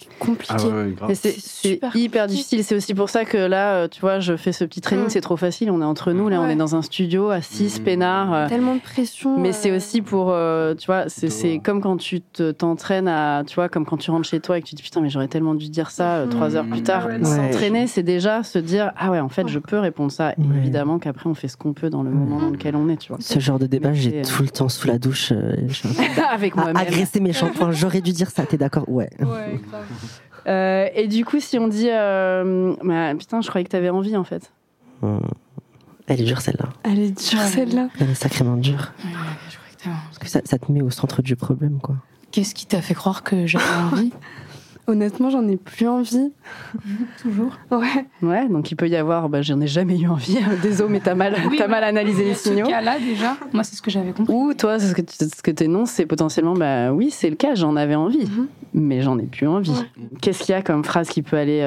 c'est compliqué. Ah ouais, grave. Et c'est super hyper compliqué. difficile. C'est aussi pour ça que là, tu vois, je fais ce petit training, c'est trop facile. On est entre nous, là, on Ouais. est dans un studio à 6 peinards. Tellement de pression. Mais c'est aussi pour, tu vois, c'est comme quand tu t'entraînes à, tu vois, comme quand tu rentres chez toi et que tu te dis putain, mais j'aurais tellement dû dire ça 3 heures plus tard. Ouais. S'entraîner, c'est déjà se dire ah ouais, en fait, je peux répondre ça. Et Ouais. évidemment qu'après, on fait ce qu'on peut dans le moment dans lequel on est, tu vois. Ce genre de débat, Mais j'ai c'est- tout le temps sous la douche. Je suis en train Avec moi-même. agresser mes shampoings. J'aurais dû dire ça, t'es d'accord? Ouais. Ouais, grave. Et du coup, si on dit, bah, putain, je croyais que t'avais envie en fait. Elle est dure celle-là. Elle est dure celle-là. Elle est sacrément dure. Je crois que t'as- Parce que ça te met au centre du problème, quoi. Qu'est-ce qui t'a fait croire que j'avais envie? Honnêtement, j'en ai plus envie. Toujours. Ouais. Ouais, donc il peut y avoir, bah, j'en ai jamais eu envie. Désolé, mais t'as mal analysé les signaux. Ce cas-là, déjà, moi, c'est ce que j'avais compris. Ou toi, ce que t'énonces, c'est potentiellement, bah oui, c'est le cas, j'en avais envie, mais j'en ai plus envie. Qu'est-ce qu'il y a comme phrase qui peut aller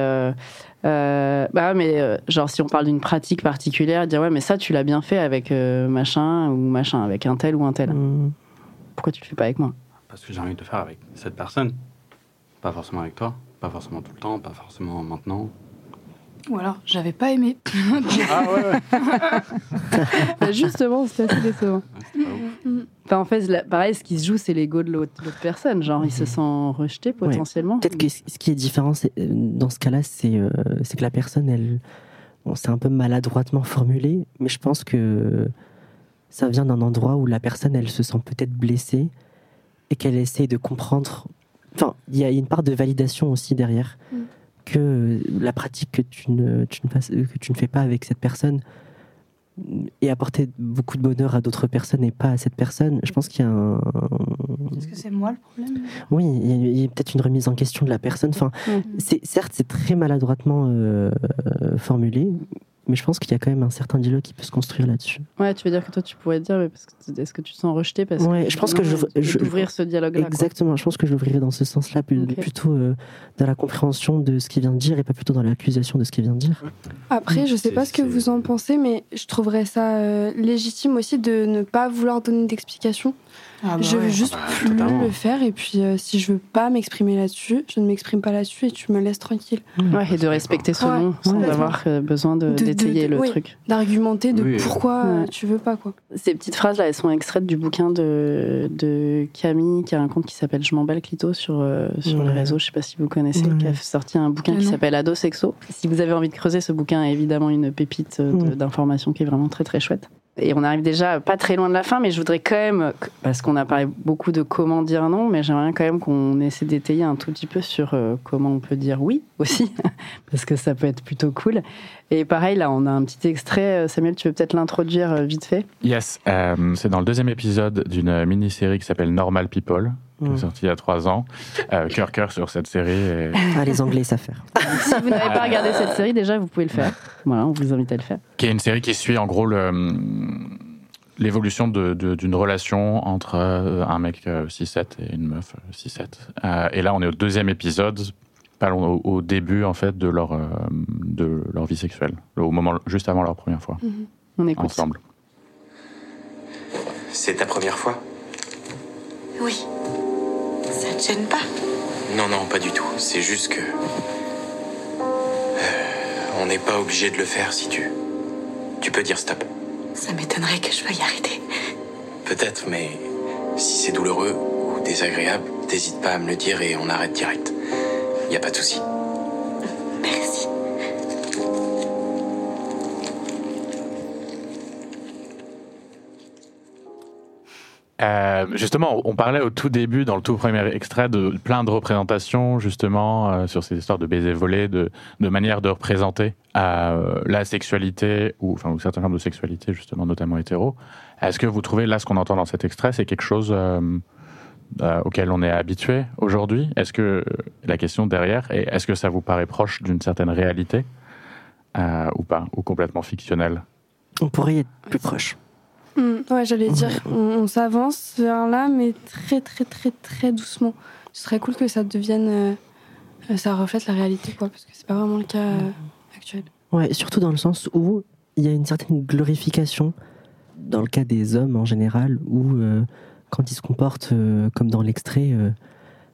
genre si on parle d'une pratique particulière, dire ouais, mais ça tu l'as bien fait avec machin ou machin, avec un tel ou un tel. Pourquoi tu le fais pas avec moi? Parce que j'ai envie de le faire avec cette personne. Pas forcément avec toi, pas forcément tout le temps, pas forcément maintenant. Ou alors, j'avais pas aimé. Ah ouais. Bah, justement, c'est assez décevant. Enfin, en fait, pareil, ce qui se joue, c'est l'ego de l'autre personne. Genre, il se sent rejeté potentiellement. Peut-être que ce qui est différent dans ce cas-là, c'est que la personne, c'est un peu maladroitement formulé, mais je pense que ça vient d'un endroit où la personne, elle se sent peut-être blessée et qu'elle essaye de comprendre. Enfin, il y a une part de validation aussi derrière, que la pratique que tu ne fais pas avec cette personne et apporter beaucoup de bonheur à d'autres personnes et pas à cette personne. Je pense qu'il y a Est-ce que c'est moi le problème? Oui, il y a peut-être une remise en question de la personne. Enfin, certes, c'est très maladroitement formulé, mais je pense qu'il y a quand même un certain dialogue qui peut se construire là-dessus. Ouais, tu veux dire que toi, tu pourrais te dire, mais est-ce que tu te sens rejeté parce Ouais, que je pense que d'ouvrir ce dialogue-là. Exactement, je pense que je l'ouvrirai dans ce sens-là, plutôt dans la compréhension de ce qu'il vient de dire et pas plutôt dans l'accusation de ce qu'il vient de dire. Après, je sais pas ce que vous en pensez, mais je trouverais ça légitime aussi de ne pas vouloir donner d'explication. Ah bah Je veux ouais. juste plus le faire, et puis si je veux pas m'exprimer là-dessus, je ne m'exprime pas là-dessus et tu me laisses tranquille. Ouais, et de respecter ce nom sans avoir besoin d'étayer le oui, truc. D'argumenter de pourquoi Ouais. tu veux pas, quoi. Ces petites phrases-là, elles sont extraites du bouquin de Camille, qui a un compte qui s'appelle Je m'emballe clito sur les réseaux, je sais pas si vous connaissez, qui a sorti un bouquin qui s'appelle Ado Sexo. Si vous avez envie de creuser ce bouquin, est évidemment une pépite d'information qui est vraiment très très chouette. Et on arrive déjà pas très loin de la fin, mais je voudrais quand même, parce qu'on a parlé beaucoup de comment dire non, mais j'aimerais quand même qu'on essaie d'étayer un tout petit peu sur comment on peut dire oui aussi, parce que ça peut être plutôt cool. Et pareil, là, on a un petit extrait. Samuel, tu veux peut-être l'introduire vite fait? Yes, c'est dans le 2e épisode d'une mini-série qui s'appelle Normal People, qui est sortie il y a 3 ans. Cœur sur cette série. Et... Ah, les Anglais savent faire. Si vous n'avez pas regardé cette série, déjà, vous pouvez le faire. Voilà, on vous invite à le faire. Qui est une série qui suit en gros l'évolution d'une relation entre un mec 6-7 et une meuf 6-7. Et là, on est au 2e épisode, au début en fait de leur vie sexuelle, au moment juste avant leur première fois. On écoute. Ensemble. C'est ta première fois? Oui. Ça te gêne pas? Non, non, pas du tout. C'est juste que... on n'est pas obligé de le faire si tu... Tu peux dire stop. Ça m'étonnerait que je veuille arrêter. Peut-être, mais si c'est douloureux ou désagréable, t'hésites pas à me le dire et on arrête direct. Y a pas de souci. Merci. Justement, on parlait au tout début, dans le tout premier extrait, de plein de représentations, justement, sur ces histoires de baisers volés, de manière de représenter la sexualité, ou certaines formes de sexualité, justement, notamment hétéro. Est-ce que vous trouvez, là, ce qu'on entend dans cet extrait, c'est quelque chose auquel on est habitué aujourd'hui? Est-ce que, la question derrière, est-ce que ça vous paraît proche d'une certaine réalité, ou pas, ou complètement fictionnel? On pourrait y être plus proche. Ouais, j'allais dire, on s'avance vers là, mais très, très, très, très doucement. Ce serait cool que ça devienne... ça reflète la réalité, quoi, parce que c'est pas vraiment le cas actuel. Ouais, surtout dans le sens où il y a une certaine glorification, dans le cas des hommes en général, où quand ils se comportent comme dans l'extrait,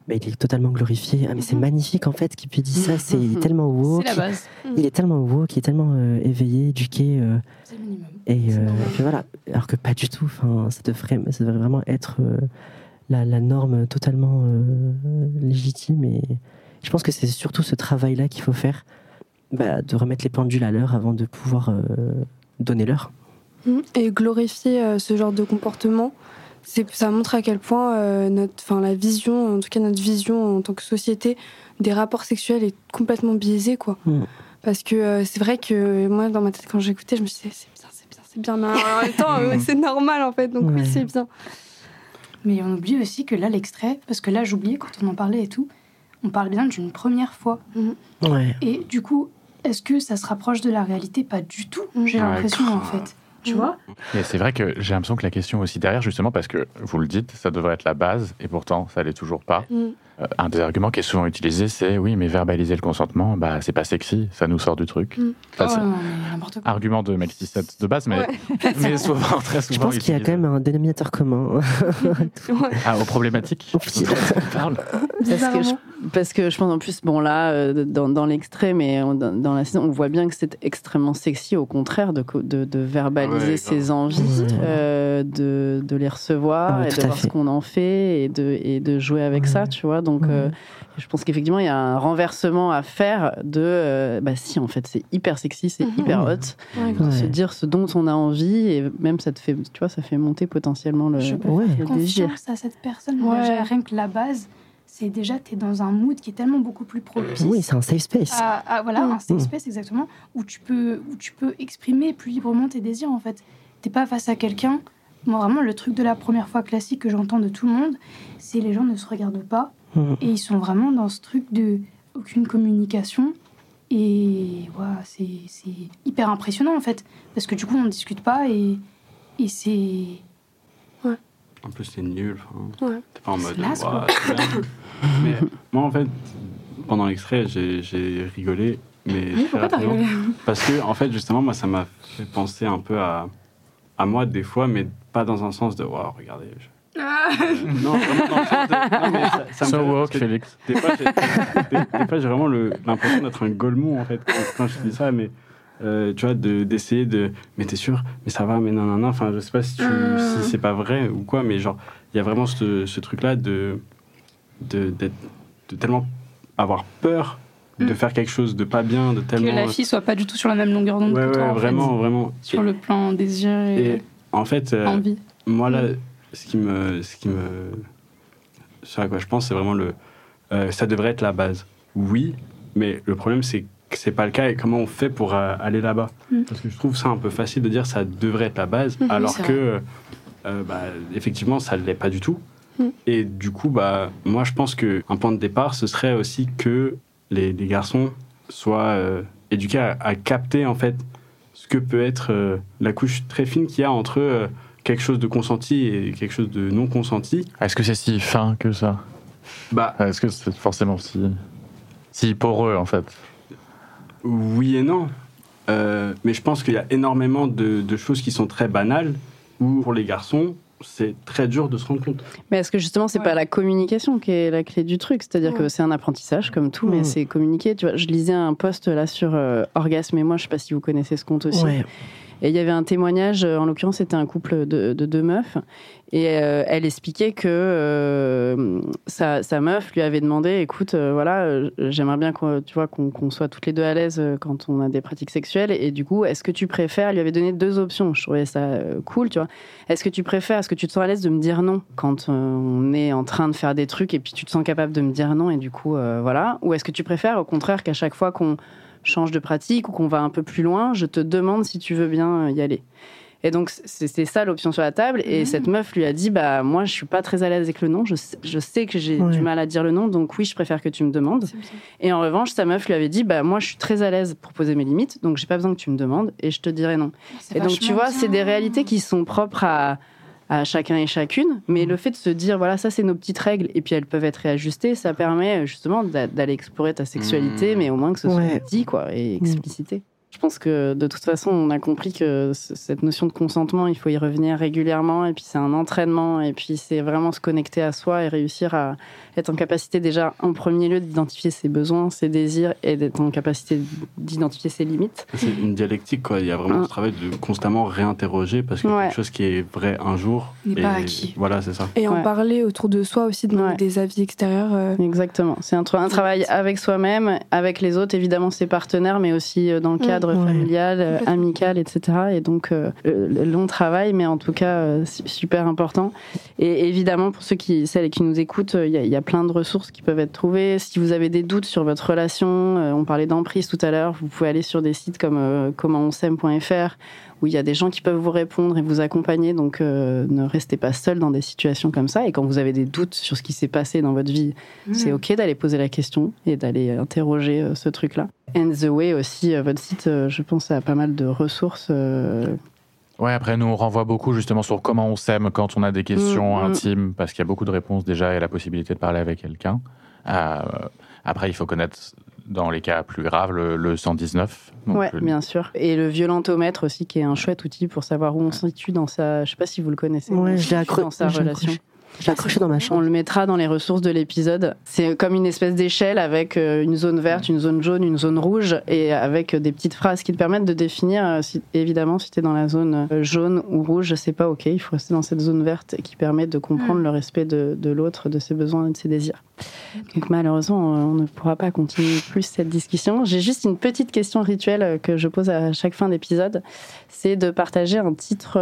il est totalement glorifié. Ah mais c'est magnifique en fait qu'il puisse dire ça. Il est tellement woke. C'est la base. Il est tellement woke, il est tellement éveillé, éduqué. C'est le minimum. Et puis voilà. Alors que pas du tout. Enfin, ça devrait vraiment être la norme totalement légitime. Et je pense que c'est surtout ce travail-là qu'il faut faire, de remettre les pendules à l'heure avant de pouvoir donner l'heure. Et glorifier ce genre de comportement, ça montre à quel point notre vision en tant que société des rapports sexuels est complètement biaisée, quoi. Parce que c'est vrai que moi, dans ma tête, quand j'écoutais, je me disais c'est bien, mais en même temps, c'est normal en fait, donc oui, c'est bien. Mais on oublie aussi que là, l'extrait, parce que là, j'oubliais quand on en parlait et tout, on parle bien d'une première fois. Ouais. Et du coup, est-ce que ça se rapproche de la réalité ? Pas du tout, j'ai l'impression en fait. Tu vois ? Et c'est vrai que j'ai l'impression que la question aussi derrière, justement, parce que vous le dites, ça devrait être la base, et pourtant, ça l'est toujours pas. Un des arguments qui est souvent utilisé, c'est oui, mais verbaliser le consentement, c'est pas sexy, ça nous sort du truc. Non, mais n'importe quoi. Argument de mec 17 de base, mais souvent, très souvent. Je pense qu'il y a quand même un dénominateur commun. Aux problématiques. On parle. Parce que je pense en plus, là, dans l'extrait, mais dans la saison, on voit bien que c'est extrêmement sexy, au contraire, de verbaliser ses envies, de les recevoir et de voir ce qu'on en fait et de jouer avec ça, tu vois. Donc, je pense qu'effectivement, il y a un renversement à faire si, en fait, c'est hyper sexy, c'est hyper hot, de se dire ce dont on a envie, et même ça te fait, tu vois, ça fait monter potentiellement le désir. Confiance à cette personne. Rien que la base, c'est déjà, t'es dans un mood qui est tellement beaucoup plus propice. Oui, c'est un safe space. Un safe space, exactement, où tu peux exprimer plus librement tes désirs, en fait. T'es pas face à quelqu'un. Moi, vraiment, le truc de la première fois classique que j'entends de tout le monde, c'est les gens ne se regardent pas et ils sont vraiment dans ce truc de aucune communication. Et c'est hyper impressionnant, en fait, parce que du coup, on ne discute pas et c'est... En plus, c'est nul. T'es pas en mode... Naze, quoi. Mais moi, en fait, pendant l'extrait, j'ai rigolé. Mais pourquoi t'as rigolé ? Parce que, en fait, justement, moi, ça m'a fait penser un peu à moi, des fois, mais pas dans un sens de « Waouh, regardez... » Non, vraiment dans le sens de... Non, mais ça me So fait... woke, Félix. Des fois, j'ai vraiment l'impression d'être un golemon, en fait, quand je dis ça, mais... tu vois, d'essayer de... Mais t'es sûr ? Mais ça va, mais non. Enfin, je sais pas si c'est pas vrai ou quoi, mais genre, il y a vraiment ce truc-là de tellement avoir peur de faire quelque chose de pas bien, de tellement... Que la fille soit pas du tout sur la même longueur d'onde que toi, vraiment. Sur le plan désir et en fait, envie. Moi, là, ce qui me... Ce à quoi je pense, c'est vraiment ça devrait être la base. Oui, mais le problème, c'est que c'est pas le cas, et comment on fait pour aller là-bas. Parce que je trouve ça un peu facile de dire ça devrait être la base, alors que effectivement ça l'est pas du tout. Et du coup, moi je pense qu'un point de départ, ce serait aussi que les garçons soient éduqués à capter en fait ce que peut être la couche très fine qu'il y a entre quelque chose de consenti et quelque chose de non consenti. Est-ce que c'est si fin que ça ? Est-ce que c'est forcément si poreux en fait ? Oui et non. Mais je pense qu'il y a énormément de choses qui sont très banales, où pour les garçons, c'est très dur de se rendre compte. Mais est-ce que justement, c'est pas la communication qui est la clé du truc ? C'est-à-dire que c'est un apprentissage comme tout, mais c'est communiquer. Tu vois, je lisais un post là sur Orgasme et moi, je sais pas si vous connaissez ce compte aussi. Ouais. Et il y avait un témoignage, en l'occurrence, c'était un couple de deux meufs. Et elle expliquait que sa meuf lui avait demandé, écoute, j'aimerais bien qu'on soit toutes les deux à l'aise quand on a des pratiques sexuelles. Et du coup, est-ce que tu préfères, elle lui avait donné 2 options. Je trouvais ça cool, tu vois. Est-ce que tu te sens à l'aise de me dire non quand on est en train de faire des trucs et puis tu te sens capable de me dire non et du coup, voilà. Ou est-ce que tu préfères, au contraire, qu'à chaque fois qu'on change de pratique ou qu'on va un peu plus loin, je te demande si tu veux bien y aller. Et donc, c'est ça l'option sur la table. Et cette meuf lui a dit, moi, je suis pas très à l'aise avec le non. Je sais que j'ai du mal à dire le non. Donc oui, je préfère que tu me demandes. Et en revanche, sa meuf lui avait dit, moi, je suis très à l'aise pour poser mes limites. Donc, j'ai pas besoin que tu me demandes et je te dirai non. Et donc, tu vois, c'est des réalités qui sont propres à chacun et chacune. Mais le fait de se dire, voilà, ça, c'est nos petites règles. Et puis, elles peuvent être réajustées. Ça permet justement d'aller explorer ta sexualité, mais au moins que ce soit dit, quoi, et explicité. Je pense que de toute façon, on a compris que cette notion de consentement, il faut y revenir régulièrement. Et puis c'est un entraînement. Et puis c'est vraiment se connecter à soi et réussir à être en capacité déjà, en premier lieu, d'identifier ses besoins, ses désirs et d'être en capacité d'identifier ses limites. C'est une dialectique, quoi. Il y a vraiment ce travail de constamment réinterroger parce qu'il y a quelque chose qui est vrai un jour. Il n'est pas acquis. Voilà, c'est ça. Et en parler autour de soi aussi, demander des avis extérieurs. Exactement. C'est un travail avec soi-même, avec les autres, évidemment ses partenaires, mais aussi dans le cadre familial, amical, etc. Et donc, le long travail, mais en tout cas, super important. Et évidemment, pour celles qui nous écoutent, il y a plein de ressources qui peuvent être trouvées. Si vous avez des doutes sur votre relation, on parlait d'emprise tout à l'heure, vous pouvez aller sur des sites comme commentons'aime.fr où il y a des gens qui peuvent vous répondre et vous accompagner. Donc, ne restez pas seul dans des situations comme ça. Et quand vous avez des doutes sur ce qui s'est passé dans votre vie, c'est OK d'aller poser la question et d'aller interroger ce truc-là. And the Way aussi, votre site, je pense, a pas mal de ressources. Ouais, après, nous, on renvoie beaucoup justement sur comment on s'aime quand on a des questions intimes, parce qu'il y a beaucoup de réponses déjà et la possibilité de parler avec quelqu'un. Après, il faut connaître, dans les cas plus graves, le 119. Oui, bien sûr. Et le violentomètre aussi, qui est un chouette outil pour savoir où on se situe dans sa... Je ne sais pas si vous le connaissez. Ouais, je l'ai accroché dans sa relation. Je l'ai accroché dans ma chambre. On le mettra dans les ressources de l'épisode. C'est comme une espèce d'échelle avec une zone verte, une zone jaune, une zone rouge et avec des petites phrases qui te permettent de définir, évidemment, si tu es dans la zone jaune ou rouge, c'est pas OK. Il faut rester dans cette zone verte et qui permet de comprendre le respect de l'autre, de ses besoins et de ses désirs. Donc malheureusement, on ne pourra pas continuer plus cette discussion. J'ai juste une petite question rituelle que je pose à chaque fin d'épisode. C'est de partager un titre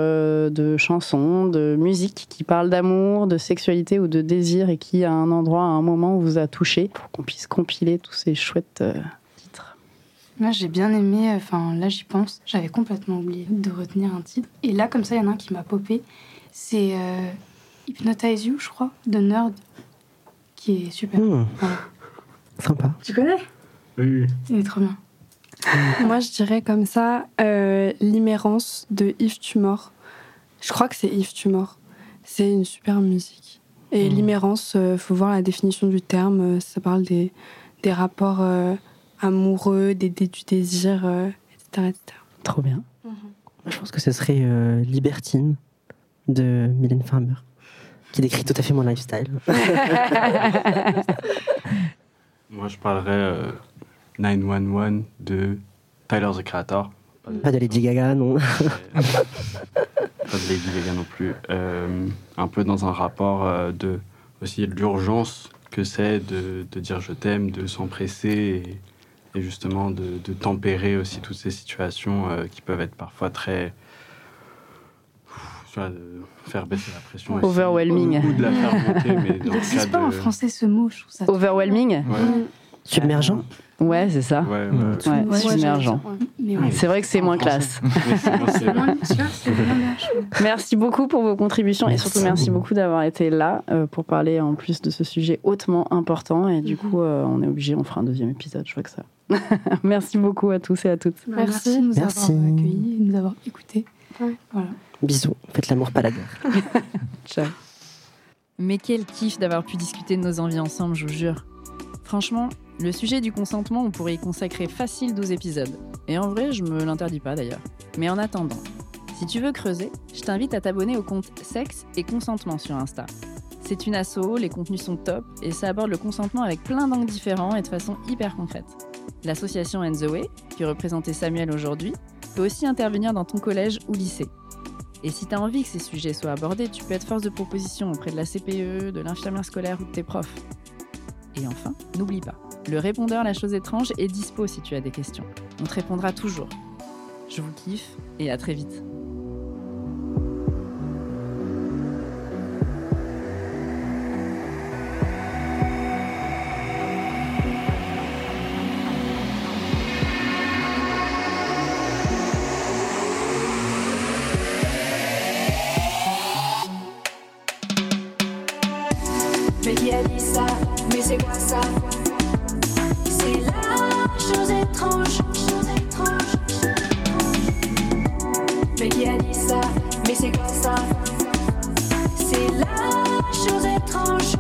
de chanson, de musique qui parle d'amour, de sexualité ou de désir et qui, à un endroit, à un moment, vous a touché pour qu'on puisse compiler tous ces chouettes titres. Moi, j'ai bien aimé, là j'y pense, j'avais complètement oublié de retenir un titre. Et là, comme ça, il y en a un qui m'a popé. C'est Hypnotize You, je crois, de Nerd, qui est super. Voilà. Sympa. Tu connais ? Oui. Il est trop bien. Moi, je dirais comme ça, L'Immérence de Yves Tumor. Je crois que c'est Yves Tumor. C'est une super musique. Et l'immérence, faut voir la définition du terme. Ça parle des rapports amoureux, du désir, etc., etc. Trop bien. Je pense que ce serait Libertine de Mylène Farmer, qui décrit tout à fait mon lifestyle. Moi, je parlerais 911 de Tyler, the Creator. Pas de Lady Gaga, non. Pas de Lady Gaga non plus. Un peu dans un rapport de aussi l'urgence que c'est de dire je t'aime, de s'empresser et justement de tempérer aussi toutes ces situations qui peuvent être parfois très... de faire baisser la pression. Overwhelming. Ou de la faire monter, mais dans le cas C'est pas en français ce mot, je trouve ça... Overwhelming. Submergent. Ouais, c'est ça. Ouais, submergent. C'est vrai que c'est moins classe. Merci beaucoup pour vos contributions et surtout merci beaucoup d'avoir été là pour parler en plus de ce sujet hautement important. Et du coup, on est obligé, on fera un deuxième épisode, je vois que ça. Merci beaucoup à tous et à toutes. Merci de nous avoir accueillis, de nous avoir écoutés. Voilà. Bisous, faites l'amour, pas la guerre. Ciao. Mais quel kiff d'avoir pu discuter de nos envies ensemble, je vous jure. Franchement, le sujet du consentement, on pourrait y consacrer facile 12 épisodes. Et en vrai, je me l'interdis pas d'ailleurs. Mais en attendant, si tu veux creuser, je t'invite à t'abonner au compte Sexe et Consentement sur Insta. C'est une asso, les contenus sont top et ça aborde le consentement avec plein d'angles différents et de façon hyper concrète. L'association And the Way, qui représentait Samuel aujourd'hui, peut aussi intervenir dans ton collège ou lycée. Et si tu as envie que ces sujets soient abordés, tu peux être force de proposition auprès de la CPE, de l'infirmière scolaire ou de tes profs. Et enfin, n'oublie pas, le répondeur La Chose Étrange est dispo si tu as des questions. On te répondra toujours. Je vous kiffe et à très vite. Mais qui a dit ça? Mais c'est quoi ça? C'est la chose étrange, chose étrange. Mais qui a dit ça? Mais c'est quoi ça? C'est la chose étrange.